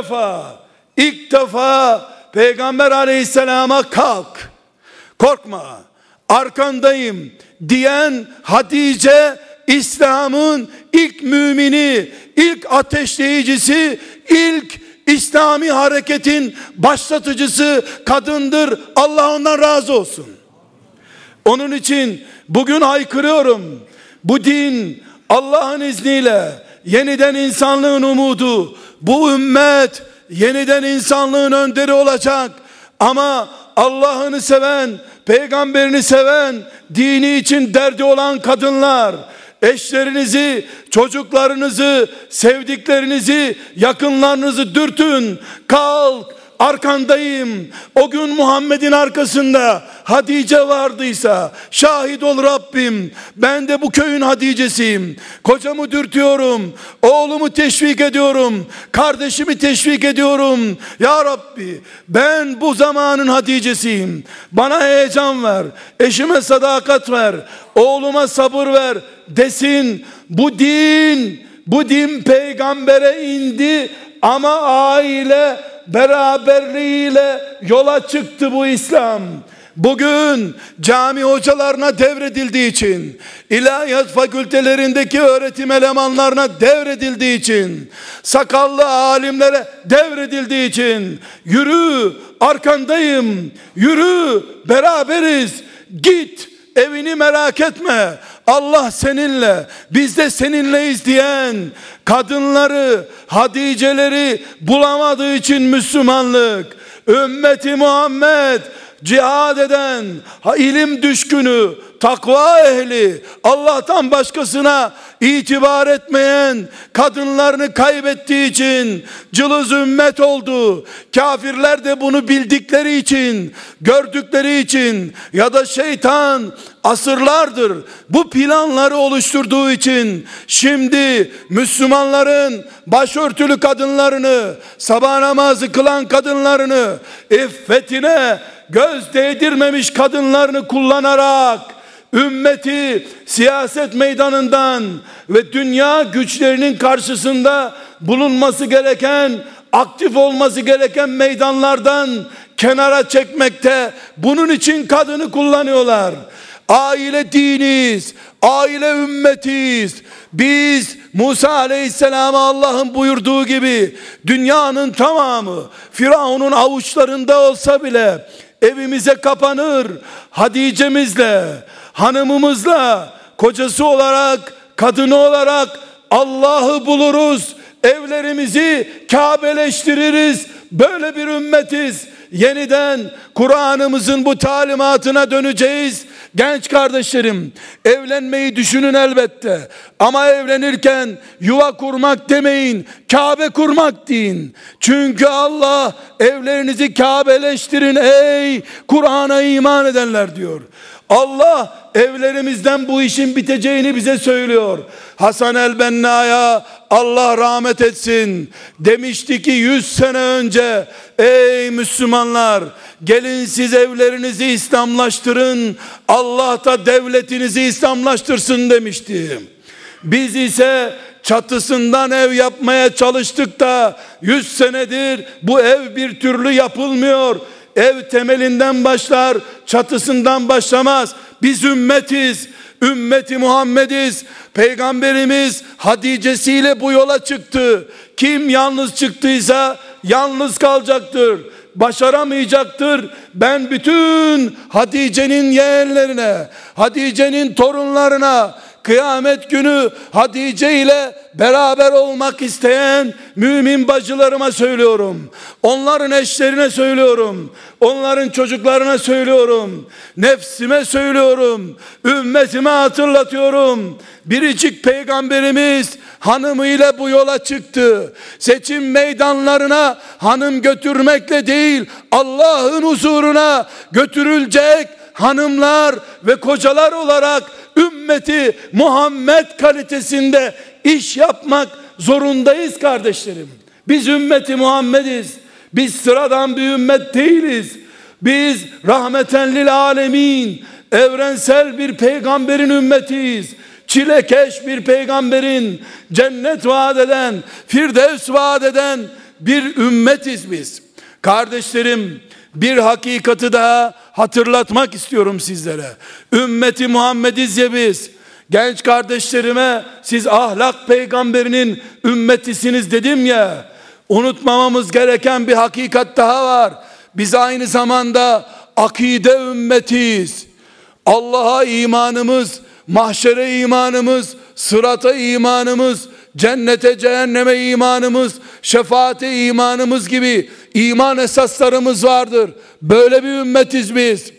defa Peygamber aleyhisselama kalk, korkma, arkandayım diyen Hatice, İslam'ın ilk mümini, ilk ateşleyicisi, ilk İslami hareketin başlatıcısı kadındır. Allah ondan razı olsun. Onun için bugün haykırıyorum. Bu din Allah'ın izniyle yeniden insanlığın umudu. Bu ümmet yeniden insanlığın önderi olacak. Ama Allah'ını seven, peygamberini seven, dini için derdi olan kadınlar, eşlerinizi, çocuklarınızı, sevdiklerinizi, yakınlarınızı dürtün. Kalk, arkandayım. O gün Muhammed'in arkasında Hatice vardıysa, şahit ol Rabbim, ben de bu köyün Hatice'siyim. Kocamı dürtüyorum, oğlumu teşvik ediyorum, kardeşimi teşvik ediyorum. Ya Rabbi, ben bu zamanın Hatice'siyim. Bana heyecan ver, eşime sadakat ver, oğluma sabır ver desin. Bu din peygambere indi ama aile beraberliğiyle yola çıktı bu İslam. Bugün cami hocalarına devredildiği için, ilahiyat fakültelerindeki öğretim elemanlarına devredildiği için, sakallı alimlere devredildiği için, yürü arkandayım, yürü beraberiz, git evini merak etme, Allah seninle, biz de seninleyiz diyen kadınları, Hatice'leri bulamadığı için Müslümanlık, ümmeti Muhammed cihad eden, ilim düşkünü, takva ehli, Allah'tan başkasına itibar etmeyen kadınlarını kaybettiği için cılız ümmet oldu. Kafirler de bunu bildikleri için, gördükleri için ya da şeytan asırlardır bu planları oluşturduğu için şimdi Müslümanların başörtülü kadınlarını, sabah namazı kılan kadınlarını, iffetine göz değdirmemiş kadınlarını kullanarak ümmeti siyaset meydanından ve dünya güçlerinin karşısında bulunması gereken, aktif olması gereken meydanlardan kenara çekmekte. Bunun için kadını kullanıyorlar. Aile diniyiz, aile ümmetiyiz. Biz Musa Aleyhisselam'a Allah'ın buyurduğu gibi dünyanın tamamı Firavun'un avuçlarında olsa bile evimize kapanır, Hatice'mizle, hanımımızla, kocası olarak, kadını olarak Allah'ı buluruz, evlerimizi Kâbeleştiririz. Böyle bir ümmetiz. Yeniden Kur'an'ımızın bu talimatına döneceğiz. Genç kardeşlerim, evlenmeyi düşünün elbette. Ama evlenirken yuva kurmak demeyin, Kabe kurmak deyin. Çünkü Allah evlerinizi Kâbeleştirin ey Kur'an'a iman edenler diyor. Allah evlerimizden bu işin biteceğini bize söylüyor. Hasan el-Benna'ya Allah rahmet etsin demişti ki 100 sene önce, ey Müslümanlar, gelin siz evlerinizi İslamlaştırın, Allah da devletinizi İslamlaştırsın demişti. Biz ise çatısından ev yapmaya çalıştık da 100 senedir bu ev bir türlü yapılmıyor. Ev temelinden başlar, çatısından başlamaz. Biz ümmetiz, ümmeti Muhammediz. Peygamberimiz Hatice'siyle bu yola çıktı. Kim yalnız çıktıysa yalnız kalacaktır, başaramayacaktır. Ben bütün Hatice'nin yeğenlerine, Hatice'nin torunlarına, kıyamet günü Hatice ile beraber olmak isteyen mümin bacılarıma söylüyorum. Onların eşlerine söylüyorum. Onların çocuklarına söylüyorum. Nefsime söylüyorum. Ümmetime hatırlatıyorum. Biricik Peygamberimiz hanımıyla bu yola çıktı. Seçim meydanlarına hanım götürmekle değil, Allah'ın huzuruna götürülecek hanımlar ve kocalar olarak ümmeti Muhammed kalitesinde iş yapmak zorundayız kardeşlerim. Biz ümmeti Muhammediz. Biz sıradan bir ümmet değiliz. Biz rahmeten lil alemin, evrensel bir peygamberin ümmetiyiz. Çilekeş bir peygamberin, cennet vaat eden, firdevs vaat eden bir ümmetiz biz. Kardeşlerim, bir hakikati daha hatırlatmak istiyorum sizlere. Ümmeti Muhammediz ya biz. Genç kardeşlerime siz ahlak peygamberinin ümmetisiniz dedim ya. Unutmamamız gereken bir hakikat daha var. Biz aynı zamanda akide ümmetiyiz. Allah'a imanımız, mahşere imanımız, sırata imanımız, cennete cehenneme imanımız, şefaate imanımız gibi iman esaslarımız vardır. Böyle bir ümmetiz biz.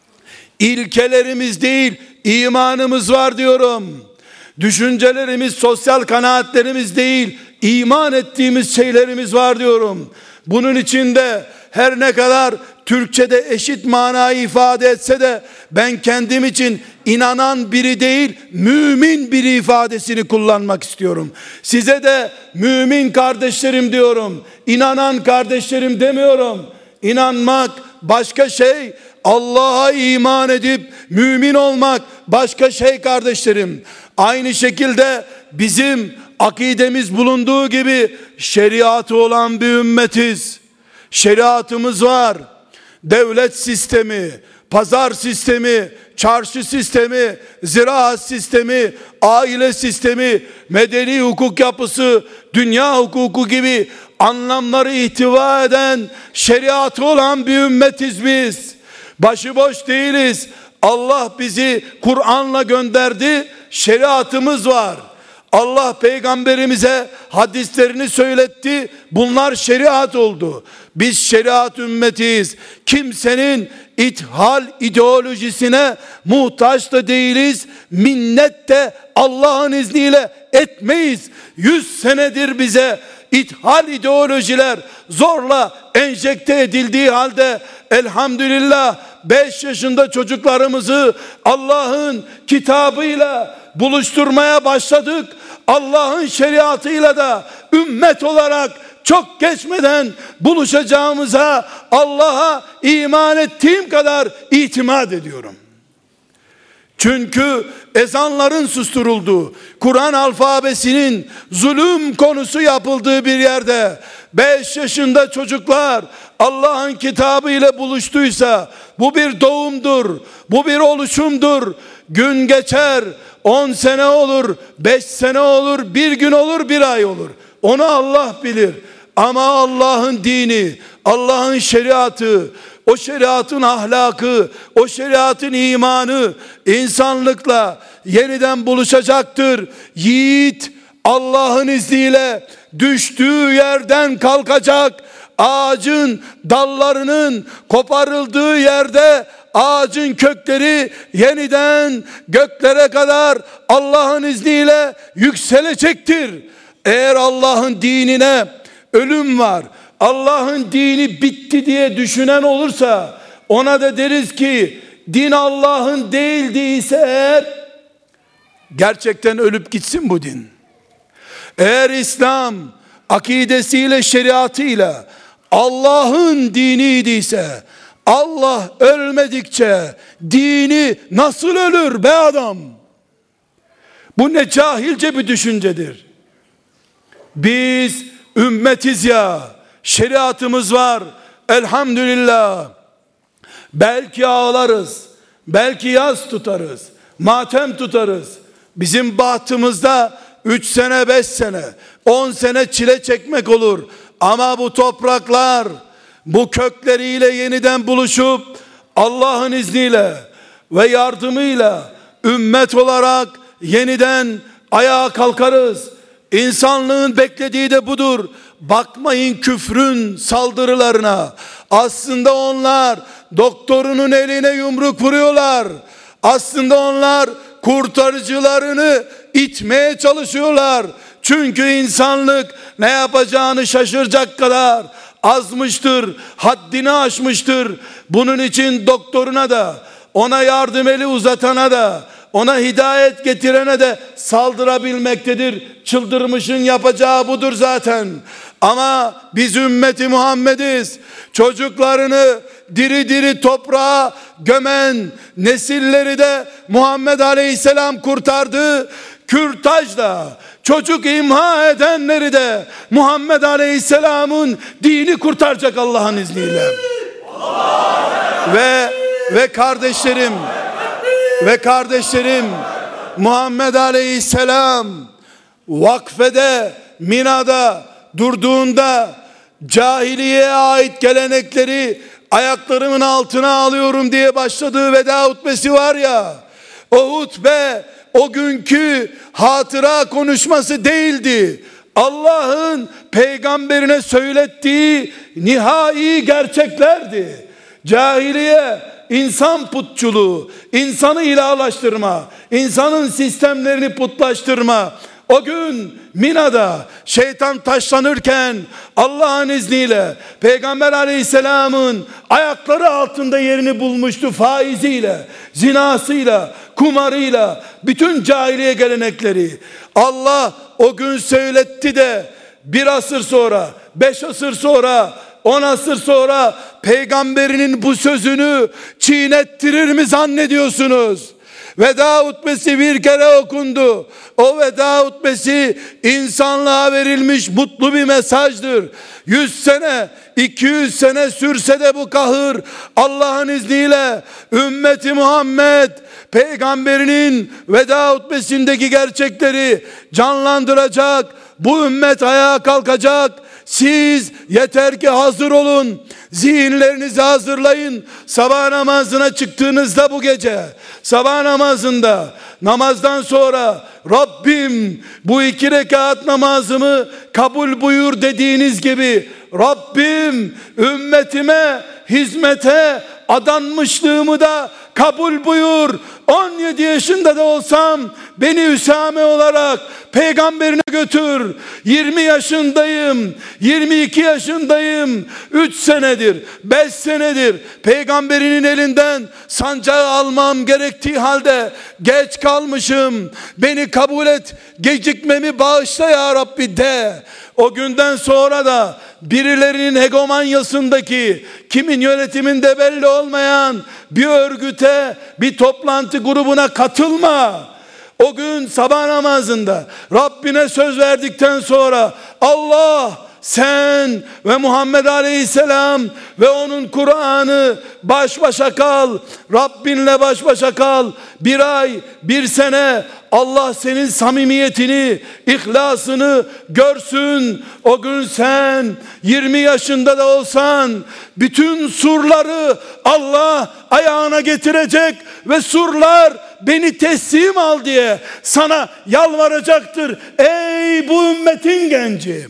İlkelerimiz değil, imanımız var diyorum. Düşüncelerimiz, sosyal kanaatlerimiz değil, iman ettiğimiz şeylerimiz var diyorum. Bunun içinde her ne kadar Türkçe'de eşit manayı ifade etse de ben kendim için inanan biri değil, mümin biri ifadesini kullanmak istiyorum. Size de mümin kardeşlerim diyorum. İnanan kardeşlerim demiyorum. İnanmak başka şey, Allah'a iman edip mümin olmak başka şey kardeşlerim. Aynı şekilde bizim akidemiz bulunduğu gibi şeriatı olan bir ümmetiz. Şeriatımız var. Devlet sistemi, pazar sistemi, çarşı sistemi, ziraat sistemi, aile sistemi, medeni hukuk yapısı, dünya hukuku gibi anlamları ihtiva eden şeriatı olan bir ümmetiz biz. Başıboş değiliz. Allah bizi Kur'an'la gönderdi. Şeriatımız var. Allah peygamberimize hadislerini söyletti. Bunlar şeriat oldu. Biz şeriat ümmetiyiz. Kimsenin ithal ideolojisine muhtaç da değiliz. Minnet de Allah'ın izniyle etmeyiz. 100 senedir bize ithal ideolojiler zorla enjekte edildiği halde elhamdülillah 5 yaşında çocuklarımızı Allah'ın kitabıyla buluşturmaya başladık. Allah'ın şeriatıyla da ümmet olarak çok geçmeden buluşacağımıza Allah'a iman ettiğim kadar itimat ediyorum. Çünkü ezanların susturulduğu, Kur'an alfabesinin zulüm konusu yapıldığı bir yerde 5 yaşında çocuklar Allah'ın kitabı ile buluştuysa bu bir doğumdur, bu bir oluşumdur. Gün geçer, 10 sene olur, 5 sene olur, bir gün olur, bir ay olur. Onu Allah bilir. Ama Allah'ın dini, Allah'ın şeriatı, o şeriatın ahlakı, o şeriatın imanı insanlıkla yeniden buluşacaktır. Yiğit Allah'ın izniyle düştüğü yerden kalkacak. Ağacın dallarının koparıldığı yerde ağacın kökleri yeniden göklere kadar Allah'ın izniyle yükselecektir. Eğer Allah'ın dinine ölüm var, Allah'ın dini bitti diye düşünen olursa ona da deriz ki din Allah'ın değildiyse eğer gerçekten ölüp gitsin bu din. Eğer İslam akidesiyle şeriatıyla Allah'ın diniydiyse Allah ölmedikçe dini nasıl ölür be adam? Bu ne cahilce bir düşüncedir. Biz ümmetiz ya, şeriatımız var elhamdülillah. Belki ağlarız, belki yas tutarız, matem tutarız. Bizim bahtımızda 3 sene, 5 sene, 10 sene çile çekmek olur. Ama bu topraklar bu kökleriyle yeniden buluşup Allah'ın izniyle ve yardımıyla ümmet olarak yeniden ayağa kalkarız. İnsanlığın beklediği de budur. Bakmayın küfrün saldırılarına. Aslında onlar doktorunun eline yumruk vuruyorlar. Aslında onlar kurtarıcılarını itmeye çalışıyorlar. Çünkü insanlık ne yapacağını şaşıracak kadar azmıştır, haddini aşmıştır. Bunun için doktoruna da, ona yardım eli uzatana da, ona hidayet getirene de saldırabilmektedir. Çıldırmışın yapacağı budur zaten. Ama biz ümmeti Muhammediz. Çocuklarını diri diri toprağa gömen nesilleri de Muhammed Aleyhisselam kurtardı. Kürtajla çocuk imha edenleri de Muhammed Aleyhisselam'ın dini kurtaracak Allah'ın izniyle. Ve kardeşlerim Muhammed Aleyhisselam vakfede Mina'da durduğunda cahiliyeye ait gelenekleri ayaklarımın altına alıyorum diye başladığı veda hutbesi var ya, o hutbe o günkü hatıra konuşması değildi. Allah'ın peygamberine söylettiği nihai gerçeklerdi. Cahiliye, insan putçuluğu, insanı ilahlaştırma, insanın sistemlerini putlaştırma. O gün Mina'da şeytan taşlanırken Allah'ın izniyle Peygamber Aleyhisselam'ın ayakları altında yerini bulmuştu faiziyle, zinasıyla, kumarıyla, bütün cahiliye gelenekleri. Allah o gün söyletti de 1 asır sonra, 5 asır sonra, 10 asır sonra peygamberinin bu sözünü çiğnettirir mi zannediyorsunuz? Veda hutbesi bir kere okundu. O veda hutbesi insanlığa verilmiş mutlu bir mesajdır. 100 sene, 200 sene sürse de bu kahır Allah'ın izniyle ümmeti Muhammed peygamberinin veda hutbesindeki gerçekleri canlandıracak. Bu ümmet ayağa kalkacak. Siz yeter ki hazır olun. Zihinlerinizi hazırlayın. Sabah namazına çıktığınızda bu gece, sabah namazında, namazdan sonra Rabbim bu 2 rekat namazımı kabul buyur dediğiniz gibi, Rabbim ümmetime hizmete adanmışlığımı da kabul buyur. 17 yaşında da olsam beni Üsame olarak peygamberine götür. 20 yaşındayım, 22 yaşındayım, 3 senedir, 5 senedir peygamberinin elinden sancağı almam gerektiği halde geç kalmışım. Beni kabul et, gecikmemi bağışla ya Rabbi de. O günden sonra da birilerinin hegemonyasındaki, kimin yönetiminde belli olmayan bir örgüte, bir toplantı grubuna katılma. O gün sabah namazında Rabbine söz verdikten sonra Allah, sen ve Muhammed Aleyhisselam ve onun Kur'an'ı baş başa kal, Rabbinle baş başa kal. 1 ay, 1 sene Allah senin samimiyetini, ihlasını görsün. O gün sen 20 yaşında da olsan bütün surları Allah ayağına getirecek ve surlar beni teslim al diye sana yalvaracaktır. Ey bu ümmetin genci!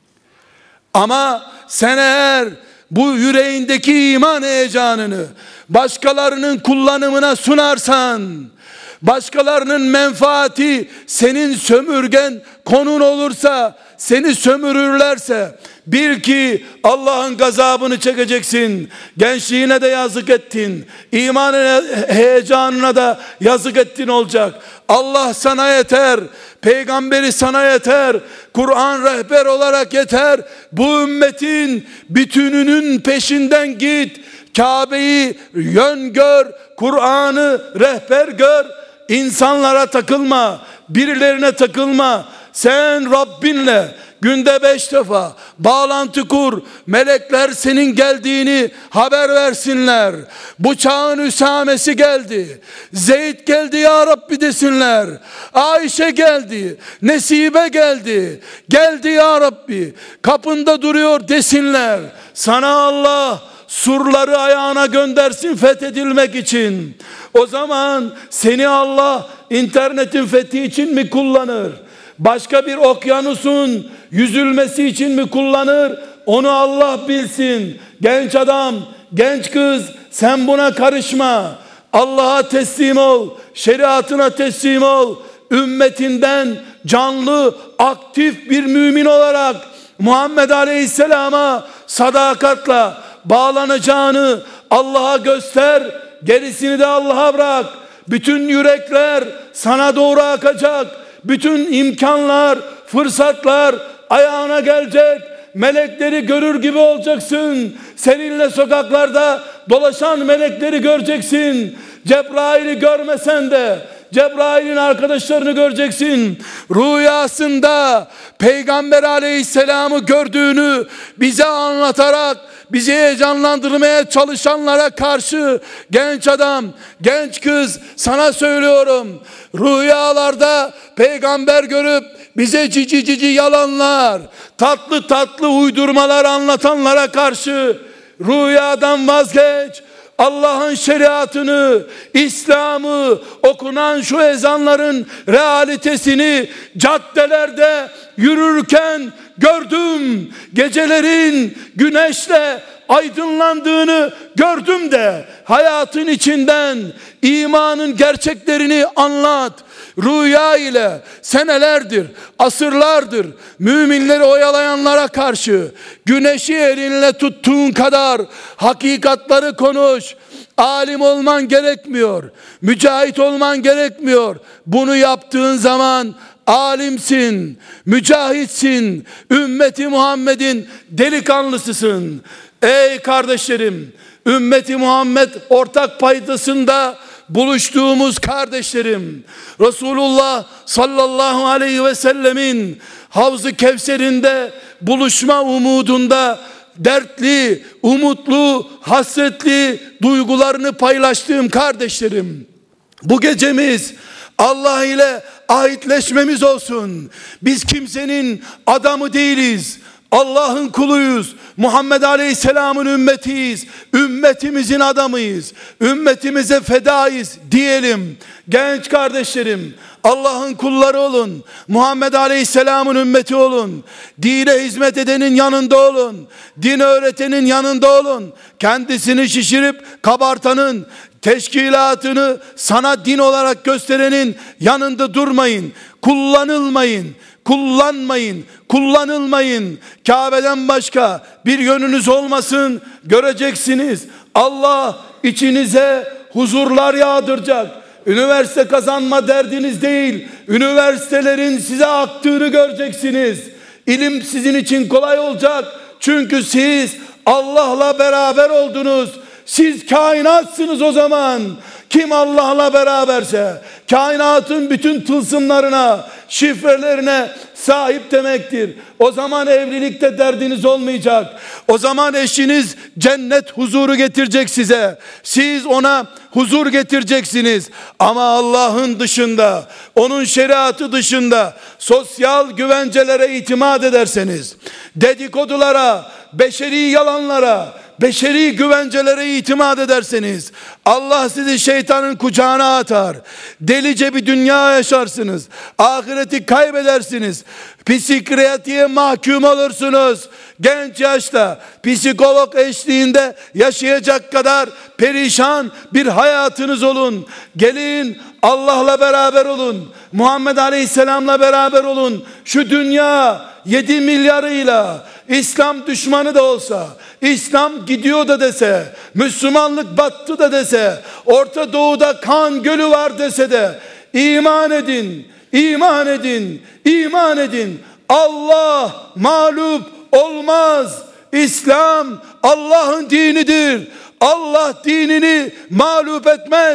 Ama sen eğer bu yüreğindeki iman heyecanını başkalarının kullanımına sunarsan, başkalarının menfaati senin sömürgen konun olursa, seni sömürürlerse bil ki Allah'ın gazabını çekeceksin. Gençliğine de yazık ettin, iman heyecanına da yazık ettin olacak. Allah sana yeter, peygamberi sana yeter, Kur'an rehber olarak yeter. Bu ümmetin bütününün peşinden git. Kabe'yi yön gör, Kur'an'ı rehber gör. İnsanlara takılma, birilerine takılma. Sen Rabbinle günde 5 defa bağlantı kur. Melekler senin geldiğini haber versinler. Bu çağın Üsamesi geldi. Zeyd geldi ya Rabbi desinler. Ayşe geldi. Nesibe geldi. Geldi ya Rabbi. Kapında duruyor desinler. Sana Allah surları ayağına göndersin fethedilmek için. O zaman seni Allah internetin fethi için mi kullanır? Başka bir okyanusun yüzülmesi için mi kullanır? Onu Allah bilsin. Genç adam, genç kız, sen buna karışma. Allah'a teslim ol, şeriatına teslim ol. Ümmetinden canlı, aktif bir mümin olarak Muhammed Aleyhisselam'a sadakatla bağlanacağını Allah'a göster, gerisini de Allah'a bırak. Bütün yürekler sana doğru akacak. Bütün imkanlar, fırsatlar ayağına gelecek. Melekleri görür gibi olacaksın. Seninle sokaklarda dolaşan melekleri göreceksin. Cebrail'i görmesen de Cebrail'in arkadaşlarını göreceksin. Rüyasında Peygamber Aleyhisselam'ı gördüğünü bize anlatarak bizi heyecanlandırmaya çalışanlara karşı, genç adam, genç kız, sana söylüyorum, rüyalarda peygamber görüp bize cici cici yalanlar, tatlı tatlı uydurmalar anlatanlara karşı rüyadan vazgeç. Allah'ın şeriatını, İslam'ı, okunan şu ezanların realitesini caddelerde yürürken gördüm. Gecelerin güneşle aydınlandığını gördüm de hayatın içinden imanın gerçeklerini anlat. Rüya ile senelerdir, asırlardır müminleri oyalayanlara karşı güneşi elinle tuttuğun kadar hakikatları konuş. Alim olman gerekmiyor, mücahit olman gerekmiyor. Bunu yaptığın zaman alimsin, mücahitsin, ümmeti Muhammed'in delikanlısısın. Ey kardeşlerim, ümmeti Muhammed ortak paydasında buluştuğumuz kardeşlerim, Resulullah sallallahu aleyhi ve sellemin Havz-ı Kevser'inde buluşma umudunda dertli, umutlu, hasretli duygularını paylaştığım kardeşlerim, bu gecemiz Allah ile ahitleşmemiz olsun. Biz kimsenin adamı değiliz. Allah'ın kuluyuz. Muhammed Aleyhisselam'ın ümmetiyiz. Ümmetimizin adamıyız. Ümmetimize fedaiz diyelim. Genç kardeşlerim, Allah'ın kulları olun. Muhammed Aleyhisselam'ın ümmeti olun. Dine hizmet edenin yanında olun. Din öğretenin yanında olun. Kendisini şişirip kabartanın, teşkilatını sana din olarak gösterenin yanında durmayın. Kullanılmayın. Kullanmayın, kullanılmayın. Kabe'den başka bir yönünüz olmasın. Göreceksiniz, Allah içinize huzurlar yağdıracak. Üniversite kazanma derdiniz değil, üniversitelerin size aktığını göreceksiniz. İlim sizin için kolay olacak. Çünkü siz Allah'la beraber oldunuz. Siz kainatsınız o zaman. Kim Allah'la beraberse kainatın bütün tılsımlarına, şifrelerine sahip demektir. O zaman evlilikte derdiniz olmayacak. O zaman eşiniz cennet huzuru getirecek size. Siz ona huzur getireceksiniz. Ama Allah'ın dışında, onun şeriatı dışında sosyal güvencelere itimat ederseniz, dedikodulara, beşeri yalanlara, beşeri güvencelere itimat ederseniz Allah sizi şeytanın kucağına atar. Delice bir dünya yaşarsınız. Ahireti kaybedersiniz. Psikiyatriye mahkum olursunuz. Genç yaşta psikolog eşliğinde yaşayacak kadar perişan bir hayatınız olun. Gelin Allah'la beraber olun. Muhammed Aleyhisselam'la beraber olun. Şu dünya 7 milyarıyla İslam düşmanı da olsa, İslam gidiyor da dese, Müslümanlık battı da dese, Orta Doğu'da kan gölü var dese de iman edin, iman edin, iman edin. Allah mağlup olmaz. İslam Allah'ın dinidir. Allah dinini mağlup etmez.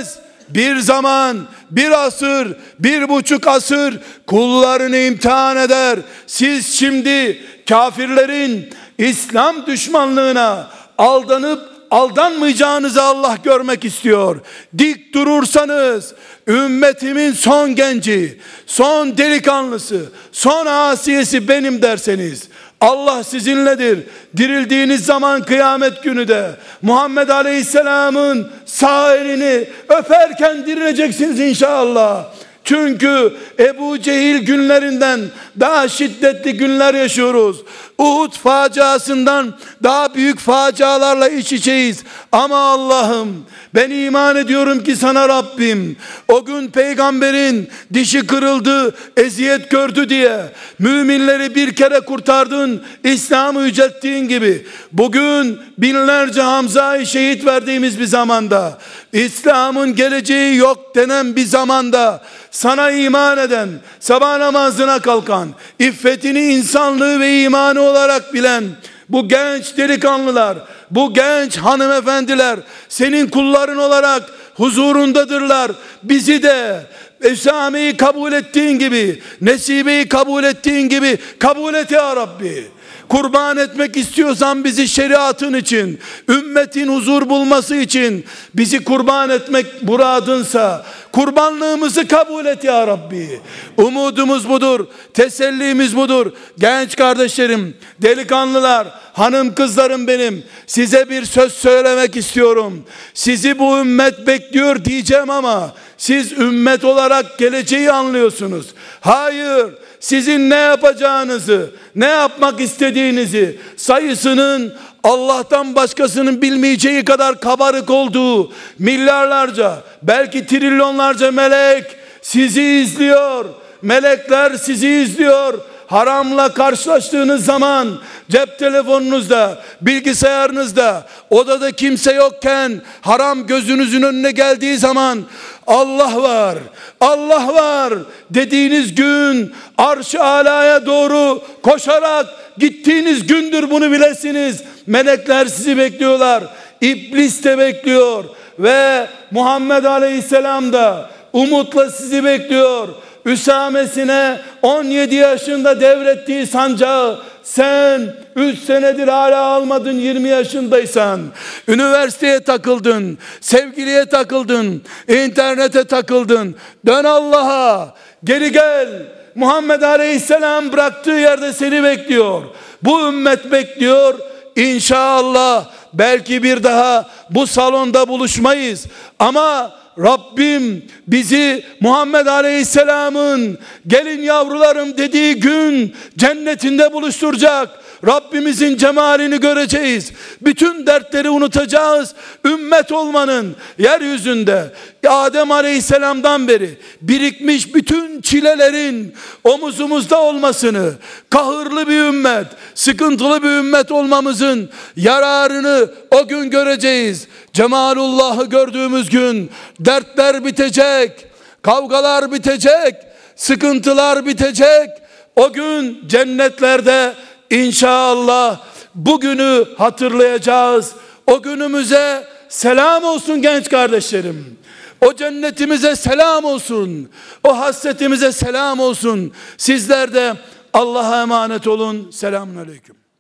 bir zaman, bir asır, 1,5 asır kullarını imtihan eder. Siz şimdi kafirlerin İslam düşmanlığına aldanıp aldanmayacağınızı Allah görmek istiyor. Dik durursanız ümmetimin son genci, son delikanlısı, son asiyesi benim derseniz Allah sizinledir. Dirildiğiniz zaman kıyamet günü de Muhammed Aleyhisselam'ın sağ elini öperken dirileceksiniz inşallah. Çünkü Ebu Cehil günlerinden daha şiddetli günler yaşıyoruz. Uhud faciasından daha büyük facialarla iç içeyiz. Ama Allah'ım, ben iman ediyorum ki sana Rabbim, o gün peygamberin dişi kırıldı, eziyet gördü diye müminleri bir kere kurtardın, İslam'ı yücelttiğin gibi bugün binlerce Hamza'yı şehit verdiğimiz bir zamanda, İslam'ın geleceği yok denen bir zamanda sana iman eden, sabah namazına kalkan, iffetini, insanlığı ve imanı olarak bilen bu genç delikanlılar, bu genç hanımefendiler senin kulların olarak huzurundadırlar. Bizi de Esame'yi kabul ettiğin gibi, Nesibe'yi kabul ettiğin gibi kabul et ya Rabbi. Kurban etmek istiyorsan bizi şeriatın için, ümmetin huzur bulması için bizi kurban etmek muradınsa kurbanlığımızı kabul et ya Rabbi. Umudumuz budur, tesellimiz budur. Genç kardeşlerim, delikanlılar, hanım kızlarım benim, size bir söz söylemek istiyorum. Sizi bu ümmet bekliyor diyeceğim ama siz ümmet olarak geleceği anlıyorsunuz. Hayır, sizin ne yapacağınızı, ne yapmak istediğinizi, sayısının Allah'tan başkasının bilmeyeceği kadar kabarık olduğu milyarlarca, belki trilyonlarca melek sizi izliyor. Melekler sizi izliyor. Haramla karşılaştığınız zaman cep telefonunuzda, bilgisayarınızda, odada kimse yokken haram gözünüzün önüne geldiği zaman Allah var, Allah var dediğiniz gün arş-ı alaya doğru koşarak gittiğiniz gündür, bunu bilesiniz. Melekler sizi bekliyorlar, İblis de bekliyor ve Muhammed Aleyhisselam da umutla sizi bekliyor. Üsamesine 17 yaşında devrettiği sancağı sen 3 senedir hala almadın, 20 yaşındaysan. Üniversiteye takıldın, sevgiliye takıldın, internete takıldın. Dön Allah'a, geri gel. Muhammed Aleyhisselam bıraktığı yerde seni bekliyor. Bu ümmet bekliyor. İnşallah belki bir daha bu salonda buluşmayız ama Rabbim bizi Muhammed Aleyhisselam'ın gelin yavrularım dediği gün cennetinde buluşturacak. Rabbimizin cemalini göreceğiz. Bütün dertleri unutacağız. Ümmet olmanın yeryüzünde Adem Aleyhisselam'dan beri birikmiş bütün çilelerin omuzumuzda olmasını, kahırlı bir ümmet, sıkıntılı bir ümmet olmamızın yararını o gün göreceğiz. Cemalullah'ı gördüğümüz gün dertler bitecek, kavgalar bitecek, sıkıntılar bitecek. O gün cennetlerde İnşallah bugünü hatırlayacağız. O günümüze selam olsun genç kardeşlerim. O cennetimize selam olsun. O hasretimize selam olsun. Sizler de Allah'a emanet olun. Selamun aleyküm.